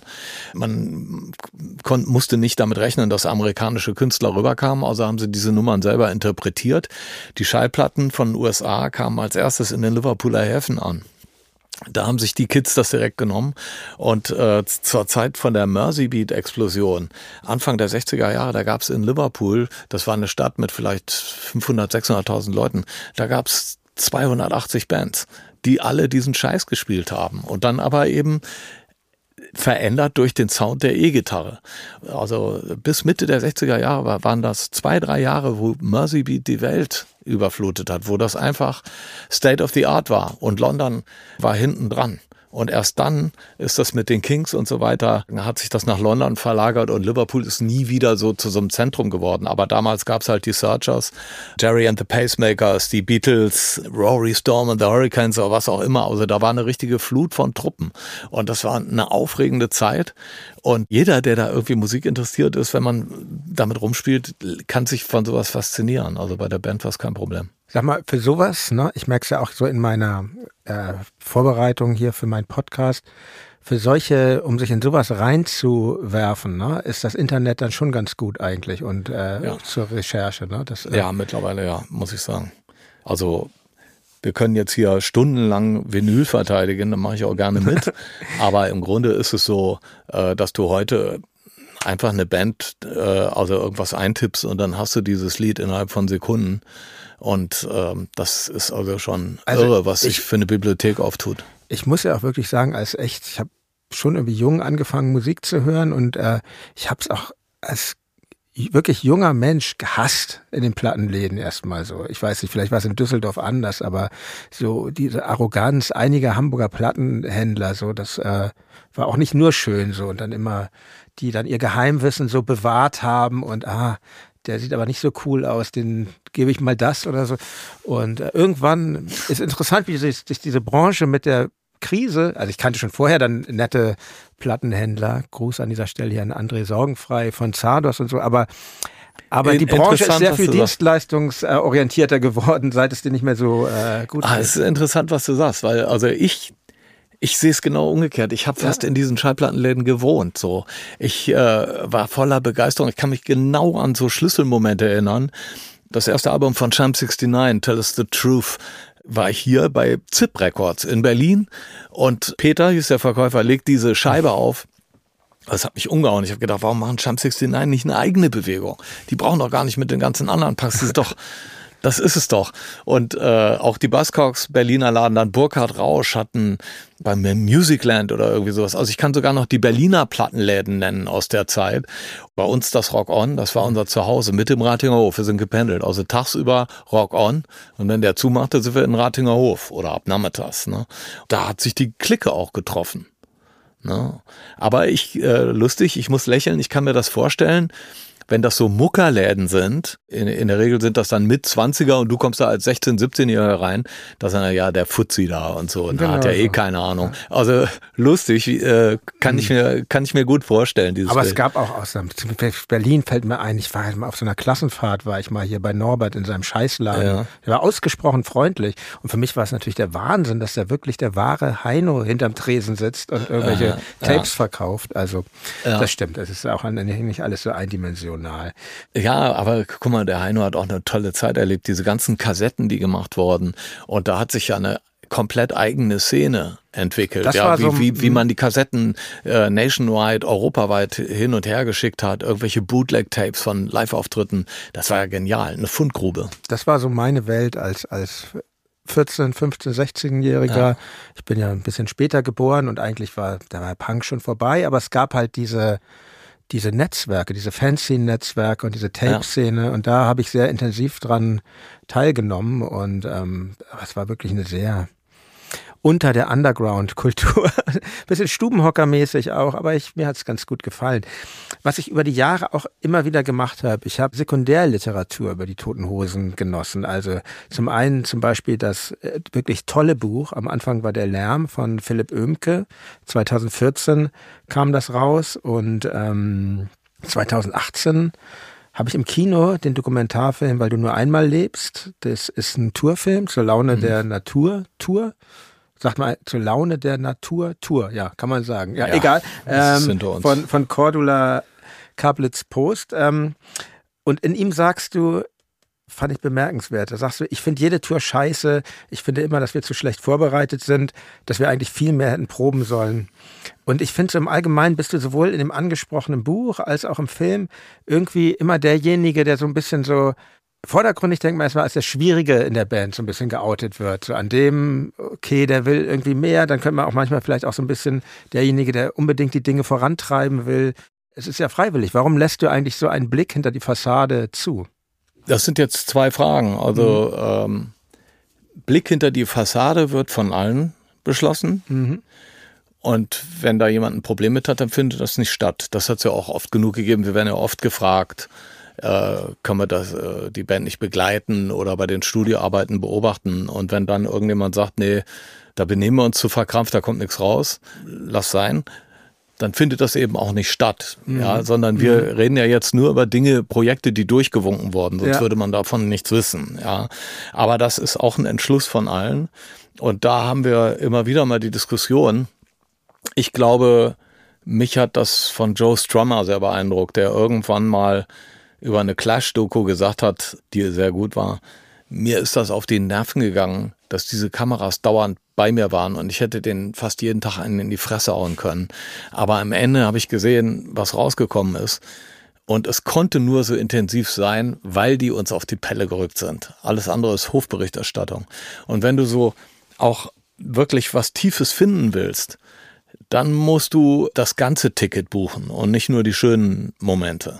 Man musste nicht damit rechnen, dass amerikanische Künstler rüberkamen, also haben sie diese Nummern selber interpretiert. Die Schallplatten von den USA kamen als erstes in den Liverpooler Häfen an. Da haben sich die Kids das direkt genommen und zur Zeit von der Mercy Beat Explosion, Anfang der 60er Jahre, da gab es in Liverpool, das war eine Stadt mit vielleicht 500, 600.000 Leuten, da gab es 280 Bands, die alle diesen Scheiß gespielt haben und dann aber eben verändert durch den Sound der E-Gitarre. Also bis Mitte der 60er Jahre waren das 2-3 Jahre, wo Mercy Beat die Welt überflutet hat, wo das einfach State of the Art war und London war hinten dran. Und erst dann ist das mit den Kings und so weiter, hat sich das nach London verlagert und Liverpool ist nie wieder so zu so einem Zentrum geworden. Aber damals gab es halt die Searchers, Jerry and the Pacemakers, die Beatles, Rory Storm and the Hurricanes oder was auch immer. Also da war eine richtige Flut von Truppen. Und das war eine aufregende Zeit. Und jeder, der da irgendwie Musik interessiert ist, wenn man damit rumspielt, kann sich von sowas faszinieren. Also bei der Band war es kein Problem. Sag mal, für sowas, ne, ich merke es ja auch so in meiner Vorbereitung hier für meinen Podcast, für solche, um sich in sowas reinzuwerfen, ne, ist das Internet dann schon ganz gut eigentlich und zur Recherche. Ne? Das, ja, mittlerweile ja, muss ich sagen. Also wir können jetzt hier stundenlang Vinyl verteidigen, da mache ich auch gerne mit. Aber im Grunde ist es so, dass du heute einfach eine Band, also irgendwas eintippst und dann hast du dieses Lied innerhalb von Sekunden. Und das ist also schon irre, was sich für eine Bibliothek auftut. Ich muss ja auch wirklich sagen, ich habe schon irgendwie jung angefangen, Musik zu hören und ich habe es auch als wirklich junger Mensch gehasst in den Plattenläden erstmal so. Ich weiß nicht, vielleicht war es in Düsseldorf anders, aber so diese Arroganz einiger Hamburger Plattenhändler, so das war auch nicht nur schön so und dann immer, die dann ihr Geheimwissen so bewahrt haben und der sieht aber nicht so cool aus, den gebe ich mal das oder so. Und irgendwann ist interessant, wie sich diese Branche mit der Krise, also ich kannte schon vorher dann nette Plattenhändler, Gruß an dieser Stelle hier an André Sorgenfrei von Zardos und so, aber die Branche ist sehr viel dienstleistungsorientierter geworden, seit es dir nicht mehr so gut ist. Es ist interessant, was du sagst, weil also ich sehe es genau umgekehrt. Ich habe fast in diesen Schallplattenläden gewohnt. So, ich war voller Begeisterung. Ich kann mich genau an so Schlüsselmomente erinnern. Das erste Album von Champ 69, Tell Us the Truth, war ich hier bei ZIP Records in Berlin und Peter, hieß der Verkäufer, legt diese Scheibe auf. Das hat mich umgehauen. Ich habe gedacht, warum machen Champ 69 nicht eine eigene Bewegung? Die brauchen doch gar nicht mit den ganzen anderen Packs. Das ist es doch. Und auch die Buzzcocks Berliner Laden, dann Burkhard Rausch hatten beim Musicland oder irgendwie sowas. Also ich kann sogar noch die Berliner Plattenläden nennen aus der Zeit. Bei uns das Rock On, das war unser Zuhause mit dem Ratinger Hof. Wir sind gependelt. Also tagsüber Rock On und wenn der zumachte, sind wir in Ratinger Hof oder ab nachmittags. Ne? Da hat sich die Clique auch getroffen. Ne? Aber lustig, ich muss lächeln, ich kann mir das vorstellen, wenn das so Muckerläden sind, in der Regel sind das dann mit 20er und du kommst da als 16-, 17-Jähriger rein, da sind ja der Fuzzi da und so, und genau, hat ja keine Ahnung. Also lustig, kann ich mir gut vorstellen, dieses Aber Bild. Es gab auch Ausnahmen. Berlin fällt mir ein, ich war mal auf so einer Klassenfahrt, war ich mal hier bei Norbert in seinem Scheißladen. Ja. Der war ausgesprochen freundlich und für mich war es natürlich der Wahnsinn, dass da wirklich der wahre Heino hinterm Tresen sitzt und irgendwelche Tapes verkauft. Also das stimmt, das ist auch nicht alles so eindimensional. Ja, aber guck mal, der Heino hat auch eine tolle Zeit erlebt, diese ganzen Kassetten, die gemacht wurden. Und da hat sich ja eine komplett eigene Szene entwickelt. Ja, wie man die Kassetten nationwide, europaweit hin und her geschickt hat, irgendwelche Bootleg-Tapes von Live-Auftritten. Das war ja genial, eine Fundgrube. Das war so meine Welt als 14, 15, 16-Jähriger. Ja. Ich bin ja ein bisschen später geboren und eigentlich da war Punk schon vorbei, aber es gab halt diese Netzwerke, diese Fanzine-Netzwerke und diese Tape-Szene und da habe ich sehr intensiv dran teilgenommen und es war wirklich eine sehr unter der Underground-Kultur, bisschen Stubenhocker-mäßig auch, aber mir hat es ganz gut gefallen. Was ich über die Jahre auch immer wieder gemacht habe, ich habe Sekundärliteratur über die Toten Hosen genossen. Also zum einen zum Beispiel das wirklich tolle Buch, am Anfang war der Lärm von Philipp Oehmke, 2014 kam das raus und 2018 habe ich im Kino den Dokumentarfilm Weil du nur einmal lebst. Das ist ein Tourfilm zur Laune der Natur-Tour. Sagt mal, zur Laune der Natur-Tour. Ja, kann man sagen. Ja, egal. Von Cordula Kablitz-Post. Und in ihm sagst du, fand ich bemerkenswert, da sagst du, ich finde jede Tour scheiße. Ich finde immer, dass wir zu schlecht vorbereitet sind, dass wir eigentlich viel mehr hätten proben sollen. Und ich finde so im Allgemeinen bist du sowohl in dem angesprochenen Buch als auch im Film irgendwie immer derjenige, der so ein bisschen so vordergründig, denkt man erstmal, als der Schwierige in der Band so ein bisschen geoutet wird. So an dem, okay, der will irgendwie mehr, dann könnte man auch manchmal vielleicht auch so ein bisschen derjenige, der unbedingt die Dinge vorantreiben will. Es ist ja freiwillig. Warum lässt du eigentlich so einen Blick hinter die Fassade zu? Das sind jetzt zwei Fragen. Also Blick hinter die Fassade wird von allen beschlossen. Und wenn da jemand ein Problem mit hat, dann findet das nicht statt. Das hat es ja auch oft genug gegeben. Wir werden ja oft gefragt, können wir die Band nicht begleiten oder bei den Studioarbeiten beobachten. Und wenn dann irgendjemand sagt, nee, da benehmen wir uns zu verkrampft, da kommt nichts raus, lass sein, dann findet das eben auch nicht statt. Ja, sondern wir reden ja jetzt nur über Projekte, die durchgewunken wurden, sonst würde man davon nichts wissen. Ja, aber das ist auch ein Entschluss von allen. Und da haben wir immer wieder mal die Diskussion. Ich glaube, mich hat das von Joe Strummer sehr beeindruckt, der irgendwann mal über eine Clash-Doku gesagt hat, die sehr gut war. Mir ist das auf die Nerven gegangen, dass diese Kameras dauernd bei mir waren und ich hätte denen fast jeden Tag einen in die Fresse hauen können. Aber am Ende habe ich gesehen, was rausgekommen ist. Und es konnte nur so intensiv sein, weil die uns auf die Pelle gerückt sind. Alles andere ist Hofberichterstattung. Und wenn du so auch wirklich was Tiefes finden willst, dann musst du das ganze Ticket buchen und nicht nur die schönen Momente.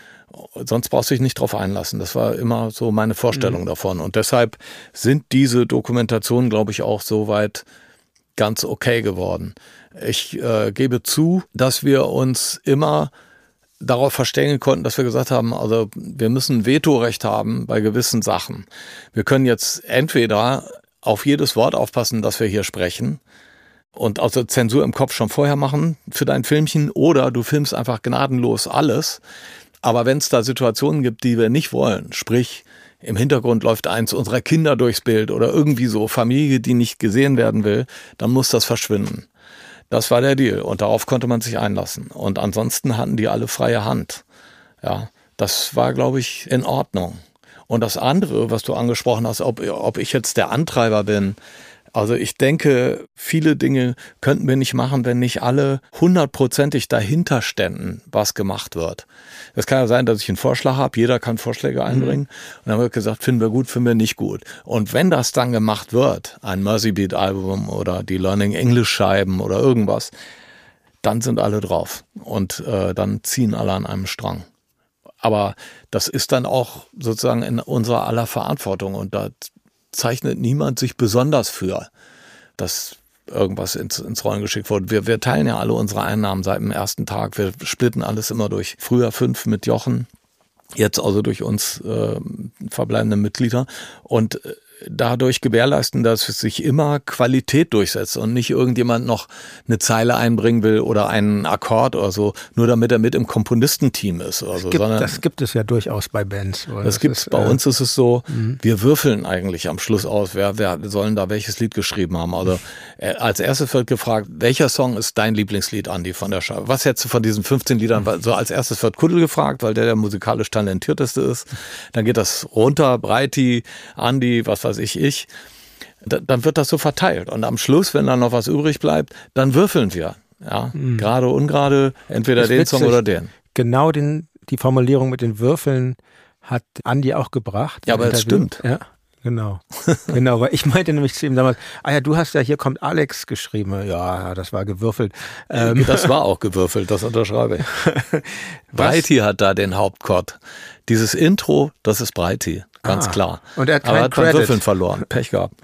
Sonst brauchst du dich nicht drauf einlassen. Das war immer so meine Vorstellung davon. Und deshalb sind diese Dokumentationen, glaube ich, auch soweit ganz okay geworden. Ich gebe zu, dass wir uns immer darauf verständigen konnten, dass wir gesagt haben, also wir müssen Vetorecht haben bei gewissen Sachen. Wir können jetzt entweder auf jedes Wort aufpassen, das wir hier sprechen, und also Zensur im Kopf schon vorher machen für dein Filmchen, oder du filmst einfach gnadenlos alles. Aber wenn es da Situationen gibt, die wir nicht wollen, sprich im Hintergrund läuft eins unserer Kinder durchs Bild oder irgendwie so Familie, die nicht gesehen werden will, dann muss das verschwinden. Das war der Deal und darauf konnte man sich einlassen. Und ansonsten hatten die alle freie Hand. Ja, das war, glaube ich, in Ordnung. Und das andere, was du angesprochen hast, ob ich jetzt der Antreiber bin, also ich denke, viele Dinge könnten wir nicht machen, wenn nicht alle 100%ig dahinter ständen, was gemacht wird. Es kann ja sein, dass ich einen Vorschlag habe, jeder kann Vorschläge einbringen. Und dann wird gesagt, finden wir gut, finden wir nicht gut. Und wenn das dann gemacht wird, ein Mersey Beat Album oder die Learning English Scheiben oder irgendwas, dann sind alle drauf. Und dann ziehen alle an einem Strang. Aber das ist dann auch sozusagen in unserer aller Verantwortung und da zeichnet niemand sich besonders für, dass irgendwas ins Rollen geschickt wurde. Wir teilen ja alle unsere Einnahmen seit dem ersten Tag. Wir splitten alles immer durch. Früher 5 mit Jochen, jetzt also durch uns verbleibende Mitglieder. Und dadurch gewährleisten, dass es sich immer Qualität durchsetzt und nicht irgendjemand noch eine Zeile einbringen will oder einen Akkord oder so, nur damit er mit im Komponistenteam ist. Oder so. Das gibt es ja durchaus bei Bands. Bei uns ist es so, wir würfeln eigentlich am Schluss aus, wer sollen da welches Lied geschrieben haben. Also als erstes wird gefragt, welcher Song ist dein Lieblingslied, Andi, von der Scheibe? Was hättest du von diesen 15 Liedern? So als erstes wird Kuddel gefragt, weil der musikalisch talentierteste ist. Dann geht das runter, Breiti, Andi, was weiß ich. Dann wird das so verteilt. Und am Schluss, wenn dann noch was übrig bleibt, dann würfeln wir. Ja, gerade, ungerade, entweder den Song oder den. Genau die Formulierung mit den Würfeln hat Andi auch gebracht. Ja, aber es stimmt. Ja, genau. Genau, weil ich meinte nämlich zu ihm damals, du hast ja, hier kommt Alex geschrieben. Ja, das war gewürfelt. Das war auch gewürfelt, das unterschreibe ich. Breiti hat da den Hauptchord. Dieses Intro, das ist Breiti. Ganz klar. Und er hat aber er hat beim Würfeln verloren. Pech gehabt.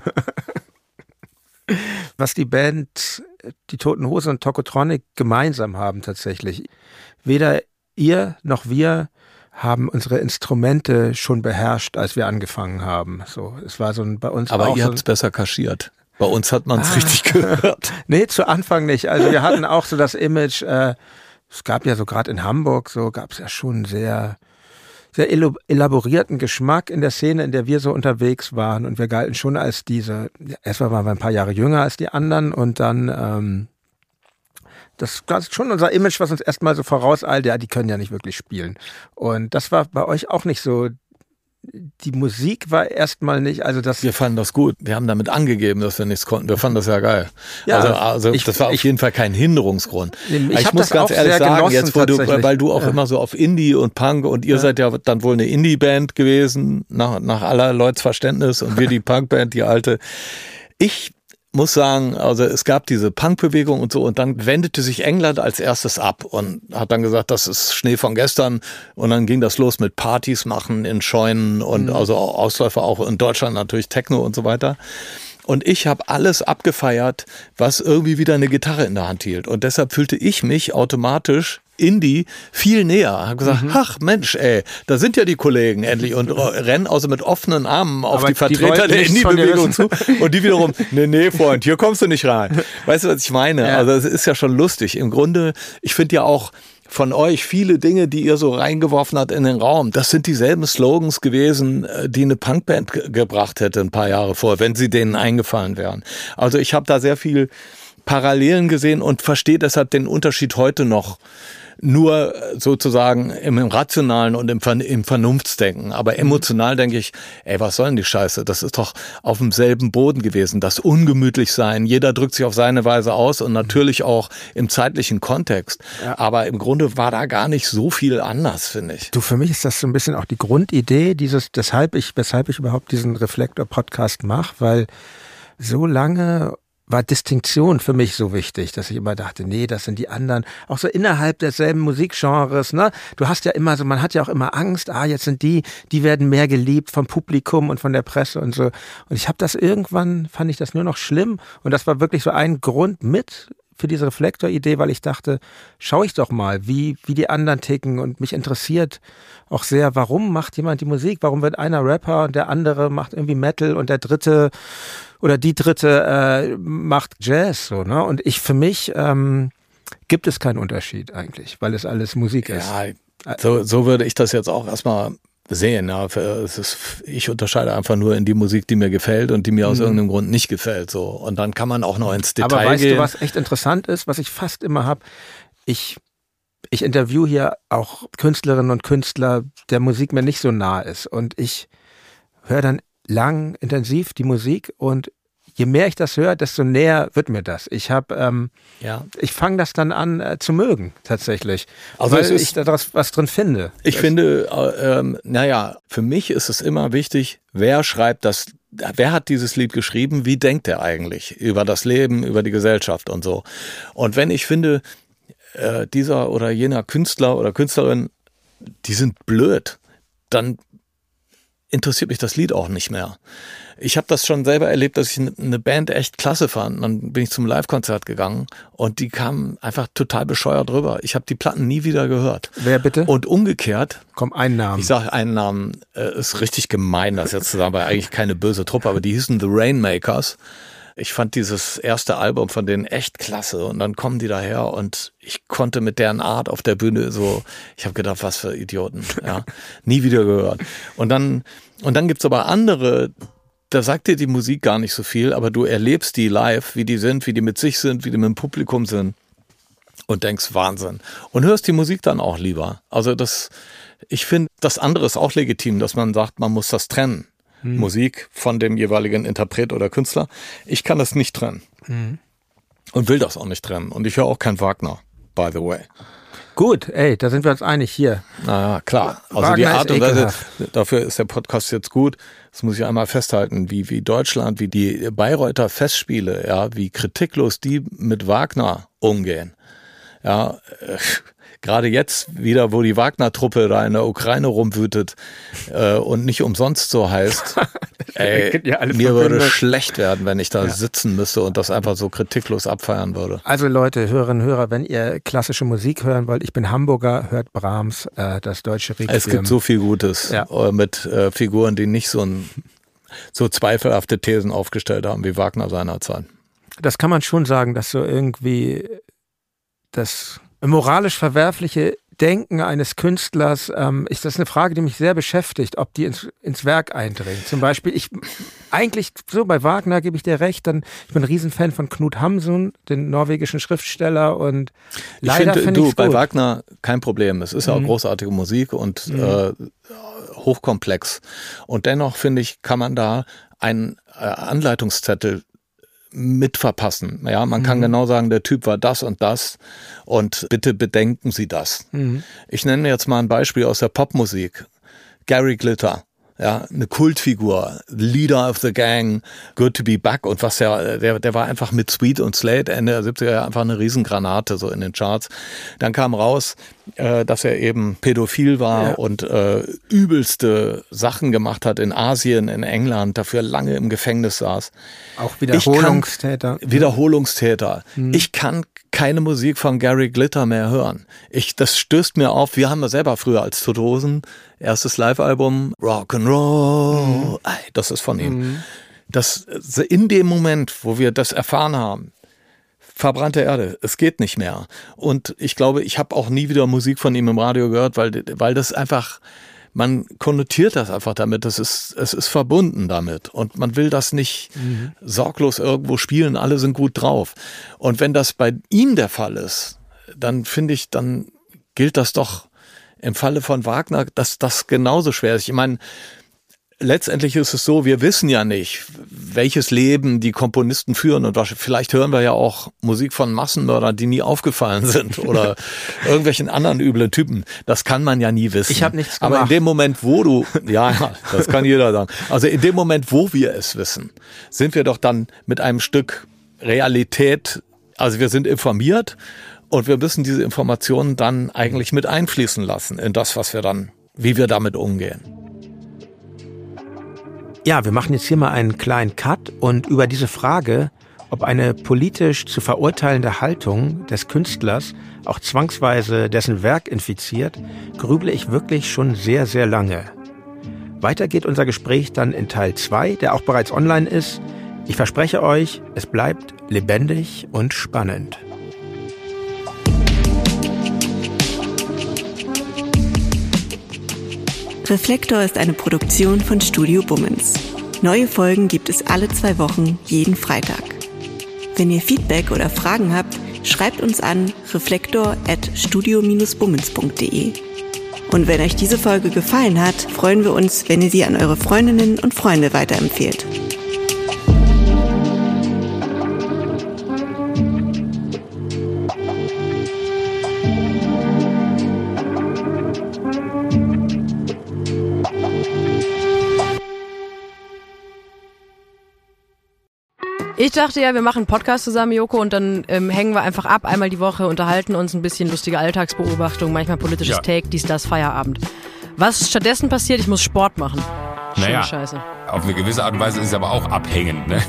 Was die Band, die Toten Hosen und Tokotronic gemeinsam haben tatsächlich. Weder ihr noch wir haben unsere Instrumente schon beherrscht, als wir angefangen haben. So, es war so bei uns. Aber auch ihr habt es besser kaschiert. Bei uns hat man es richtig gehört. Nee, zu Anfang nicht. Also wir hatten auch so das Image, es gab ja so gerade in Hamburg, so gab es ja schon sehr elaborierten Geschmack in der Szene, in der wir so unterwegs waren. Und wir galten schon als erstmal waren wir ein paar Jahre jünger als die anderen und dann, das war schon unser Image, was uns erstmal so vorauseilt, ja, die können ja nicht wirklich spielen. Und das war bei euch auch nicht so. Die Musik war erstmal nicht, also das... Wir fanden das gut. Wir haben damit angegeben, dass wir nichts konnten. Wir fanden das ja geil. Ja, also das war auf jeden Fall kein Hinderungsgrund. Ich muss ganz ehrlich sagen, jetzt weil du auch immer so auf Indie und Punk und ihr seid ja dann wohl eine Indie-Band gewesen, nach aller Leuts Verständnis und wir die Punk-Band, die alte. Ich muss sagen, also es gab diese Punk-Bewegung und so und dann wendete sich England als erstes ab und hat dann gesagt, das ist Schnee von gestern und dann ging das los mit Partys machen in Scheunen und also Ausläufer auch in Deutschland natürlich Techno und so weiter. Und ich habe alles abgefeiert, was irgendwie wieder eine Gitarre in der Hand hielt. Und deshalb fühlte ich mich automatisch Indie viel näher. Hab gesagt, ach Mensch, ey, da sind ja die Kollegen endlich und rennen also mit offenen Armen auf die Vertreter der Indie-Bewegung zu. Und die wiederum, nee, Freund, hier kommst du nicht rein. Weißt du, was ich meine? Ja. Also es ist ja schon lustig. Im Grunde, ich finde ja auch von euch viele Dinge, die ihr so reingeworfen habt in den Raum, das sind dieselben Slogans gewesen, die eine Punkband gebracht hätte ein paar Jahre vor, wenn sie denen eingefallen wären. Also ich habe da sehr viel Parallelen gesehen und verstehe deshalb den Unterschied heute noch nur sozusagen im Rationalen und im Vernunftsdenken. Aber emotional denke ich, ey, was soll denn die Scheiße? Das ist doch auf demselben Boden gewesen. Das Ungemütlichsein. Jeder drückt sich auf seine Weise aus und natürlich auch im zeitlichen Kontext. Ja. Aber im Grunde war da gar nicht so viel anders, finde ich. Du, für mich ist das so ein bisschen auch die Grundidee, weshalb ich überhaupt diesen Reflektor-Podcast mache, weil so lange war Distinktion für mich so wichtig, dass ich immer dachte, nee, das sind die anderen, auch so innerhalb derselben Musikgenres, ne? Du hast ja immer so, man hat ja auch immer Angst, jetzt sind die werden mehr geliebt vom Publikum und von der Presse und so. Und ich habe das irgendwann, fand ich das nur noch schlimm und das war wirklich so ein Grund mit für diese Reflektor-Idee, weil ich dachte, schau ich doch mal, wie die anderen ticken und mich interessiert auch sehr, warum macht jemand die Musik, warum wird einer Rapper und der andere macht irgendwie Metal und der dritte oder die dritte macht Jazz, so, ne? Und für mich gibt es keinen Unterschied eigentlich, weil es alles Musik ist. Ja, so würde ich das jetzt auch erstmal sehen. Ja. Ich unterscheide einfach nur in die Musik, die mir gefällt und die mir aus irgendeinem Grund nicht gefällt. So. Und dann kann man auch noch ins Detail gehen. Aber weißt du, was echt interessant ist, was ich fast immer habe? Ich interviewe hier auch Künstlerinnen und Künstler, der Musik mir nicht so nah ist. Und ich höre dann lang, intensiv die Musik und je mehr ich das höre, desto näher wird mir das. Ich fange das dann an zu mögen, tatsächlich, also weil ich da was drin finde. Ich finde, für mich ist es immer wichtig, wer hat dieses Lied geschrieben, wie denkt er eigentlich über das Leben, über die Gesellschaft und so. Und wenn ich finde, dieser oder jener Künstler oder Künstlerin, die sind blöd, dann interessiert mich das Lied auch nicht mehr. Ich habe das schon selber erlebt, dass ich eine Band echt klasse fand. Dann bin ich zum Live-Konzert gegangen und die kamen einfach total bescheuert rüber. Ich habe die Platten nie wieder gehört. Wer bitte? Und umgekehrt. Komm, einen Namen. Ich sage einen Namen, ist richtig gemein, das jetzt zu sagen, weil eigentlich keine böse Truppe, aber die hießen The Rainmakers. Ich fand dieses erste Album von denen echt klasse und dann kommen die daher und ich konnte mit deren Art auf der Bühne ich habe gedacht, was für Idioten, ja, nie wieder gehört. Und dann gibt's aber andere, da sagt dir die Musik gar nicht so viel, aber du erlebst die live, wie die sind, wie die mit sich sind, wie die mit dem Publikum sind und denkst, Wahnsinn. Und hörst die Musik dann auch lieber. Also ich finde, das andere ist auch legitim, dass man sagt, man muss das trennen. Musik von dem jeweiligen Interpret oder Künstler. Ich kann das nicht trennen. Und will das auch nicht trennen. Und ich höre auch kein Wagner, by the way. Gut, da sind wir uns einig hier. Naja, klar. Also Wagner die Art und Weise, ekelhaft. dafür ist der Podcast jetzt gut. Das muss ich einmal festhalten, wie Deutschland, wie die Bayreuther Festspiele, ja, wie kritiklos die mit Wagner umgehen. Ja, gerade jetzt wieder, wo die Wagner-Truppe da in der Ukraine rumwütet und nicht umsonst so heißt, mir würde schlecht werden, wenn ich da sitzen müsste und das einfach so kritiklos abfeiern würde. Also Leute, Hörerinnen und Hörer, wenn ihr klassische Musik hören wollt, ich bin Hamburger, hört Brahms, das deutsche Requiem. Es gibt so viel Gutes mit Figuren, die nicht so zweifelhafte Thesen aufgestellt haben wie Wagner seinerzeit. Das kann man schon sagen, dass so irgendwie das moralisch verwerfliche Denken eines Künstlers, ist das eine Frage, die mich sehr beschäftigt, ob die ins Werk eindringt. Zum Beispiel, bei Wagner gebe ich dir recht, ich bin ein Riesenfan von Knut Hamsun, den norwegischen Schriftsteller und leider finde ich es gut. Bei Wagner kein Problem. Es ist ja auch großartige Musik und hochkomplex. Und dennoch, finde ich, kann man da einen Anleitungszettel mit verpassen. Ja, man kann genau sagen, der Typ war das und bitte bedenken Sie das. Ich nenne jetzt mal ein Beispiel aus der Popmusik. Gary Glitter. Ja, eine Kultfigur, Leader of the Gang, Good to be back und was der war einfach mit Sweet und Slade Ende der 70er einfach eine Riesengranate so in den Charts. Dann kam raus, dass er eben pädophil war und übelste Sachen gemacht hat in Asien, in England, dafür lange im Gefängnis saß. Auch Wiederholungstäter. Wiederholungstäter. Ich kann keine Musik von Gary Glitter mehr hören. Das stößt mir auf. Wir haben ja selber früher als Tote Hosen erstes Live-Album Rock'n'Roll. Das ist von ihm. Das in dem Moment, wo wir das erfahren haben, verbrannte Erde, es geht nicht mehr. Und ich glaube, ich habe auch nie wieder Musik von ihm im Radio gehört, weil das einfach, man konnotiert das einfach damit, es ist verbunden damit und man will das nicht sorglos irgendwo spielen, alle sind gut drauf. Und wenn das bei ihm der Fall ist, dann finde ich, dann gilt das doch im Falle von Wagner, dass das genauso schwer ist. Ich meine, letztendlich ist es so, wir wissen ja nicht, welches Leben die Komponisten führen und vielleicht hören wir ja auch Musik von Massenmördern, die nie aufgefallen sind oder irgendwelchen anderen üblen Typen. Das kann man ja nie wissen. Ich habe nichts gemacht. Aber in dem Moment, wo das kann jeder sagen. Also in dem Moment, wo wir es wissen, sind wir doch dann mit einem Stück Realität, also wir sind informiert und wir müssen diese Informationen dann eigentlich mit einfließen lassen in das, wie wir damit umgehen. Ja, wir machen jetzt hier mal einen kleinen Cut und über diese Frage, ob eine politisch zu verurteilende Haltung des Künstlers auch zwangsweise dessen Werk infiziert, grüble ich wirklich schon sehr, sehr lange. Weiter geht unser Gespräch dann in Teil 2, der auch bereits online ist. Ich verspreche euch, es bleibt lebendig und spannend. Reflektor ist eine Produktion von Studio Bummens. Neue Folgen gibt es alle 2 Wochen, jeden Freitag. Wenn ihr Feedback oder Fragen habt, schreibt uns an reflektor@studio-bummens.de. Und wenn euch diese Folge gefallen hat, freuen wir uns, wenn ihr sie an eure Freundinnen und Freunde weiterempfehlt. Ich dachte ja, wir machen einen Podcast zusammen, Joko, und dann hängen wir einfach ab, einmal die Woche, unterhalten uns ein bisschen, lustige Alltagsbeobachtung, manchmal politisches Take, dies, das, Feierabend. Was stattdessen passiert, ich muss Sport machen. Schöne Scheiße. Auf eine gewisse Art und Weise ist es aber auch abhängend, ne?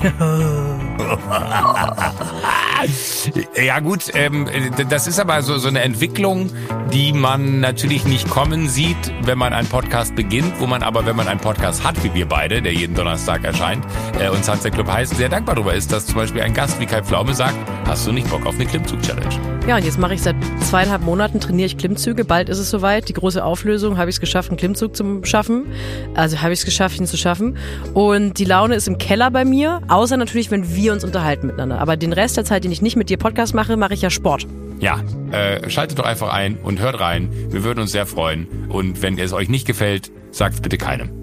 Ja gut, das ist aber so eine Entwicklung, die man natürlich nicht kommen sieht, wenn man einen Podcast beginnt, wo man aber, wenn man einen Podcast hat, wie wir beide, der jeden Donnerstag erscheint, und Sunset Club heißt, sehr dankbar darüber ist, dass zum Beispiel ein Gast wie Kai Pflaume sagt, hast du nicht Bock auf eine Klimmzug-Challenge? Ja, und jetzt mache ich seit 2,5 Monaten, trainiere ich Klimmzüge, bald ist es soweit, die große Auflösung, habe ich es geschafft, einen Klimmzug zu schaffen, ihn zu schaffen, und die Laune ist im Keller bei mir, außer natürlich, wenn wir uns unterhalten miteinander, aber den Rest der Zeit, den ich nicht mit dir Podcast mache, mache ich ja Sport. Ja, schaltet doch einfach ein und hört rein, wir würden uns sehr freuen, und wenn es euch nicht gefällt, sagt es bitte keinem.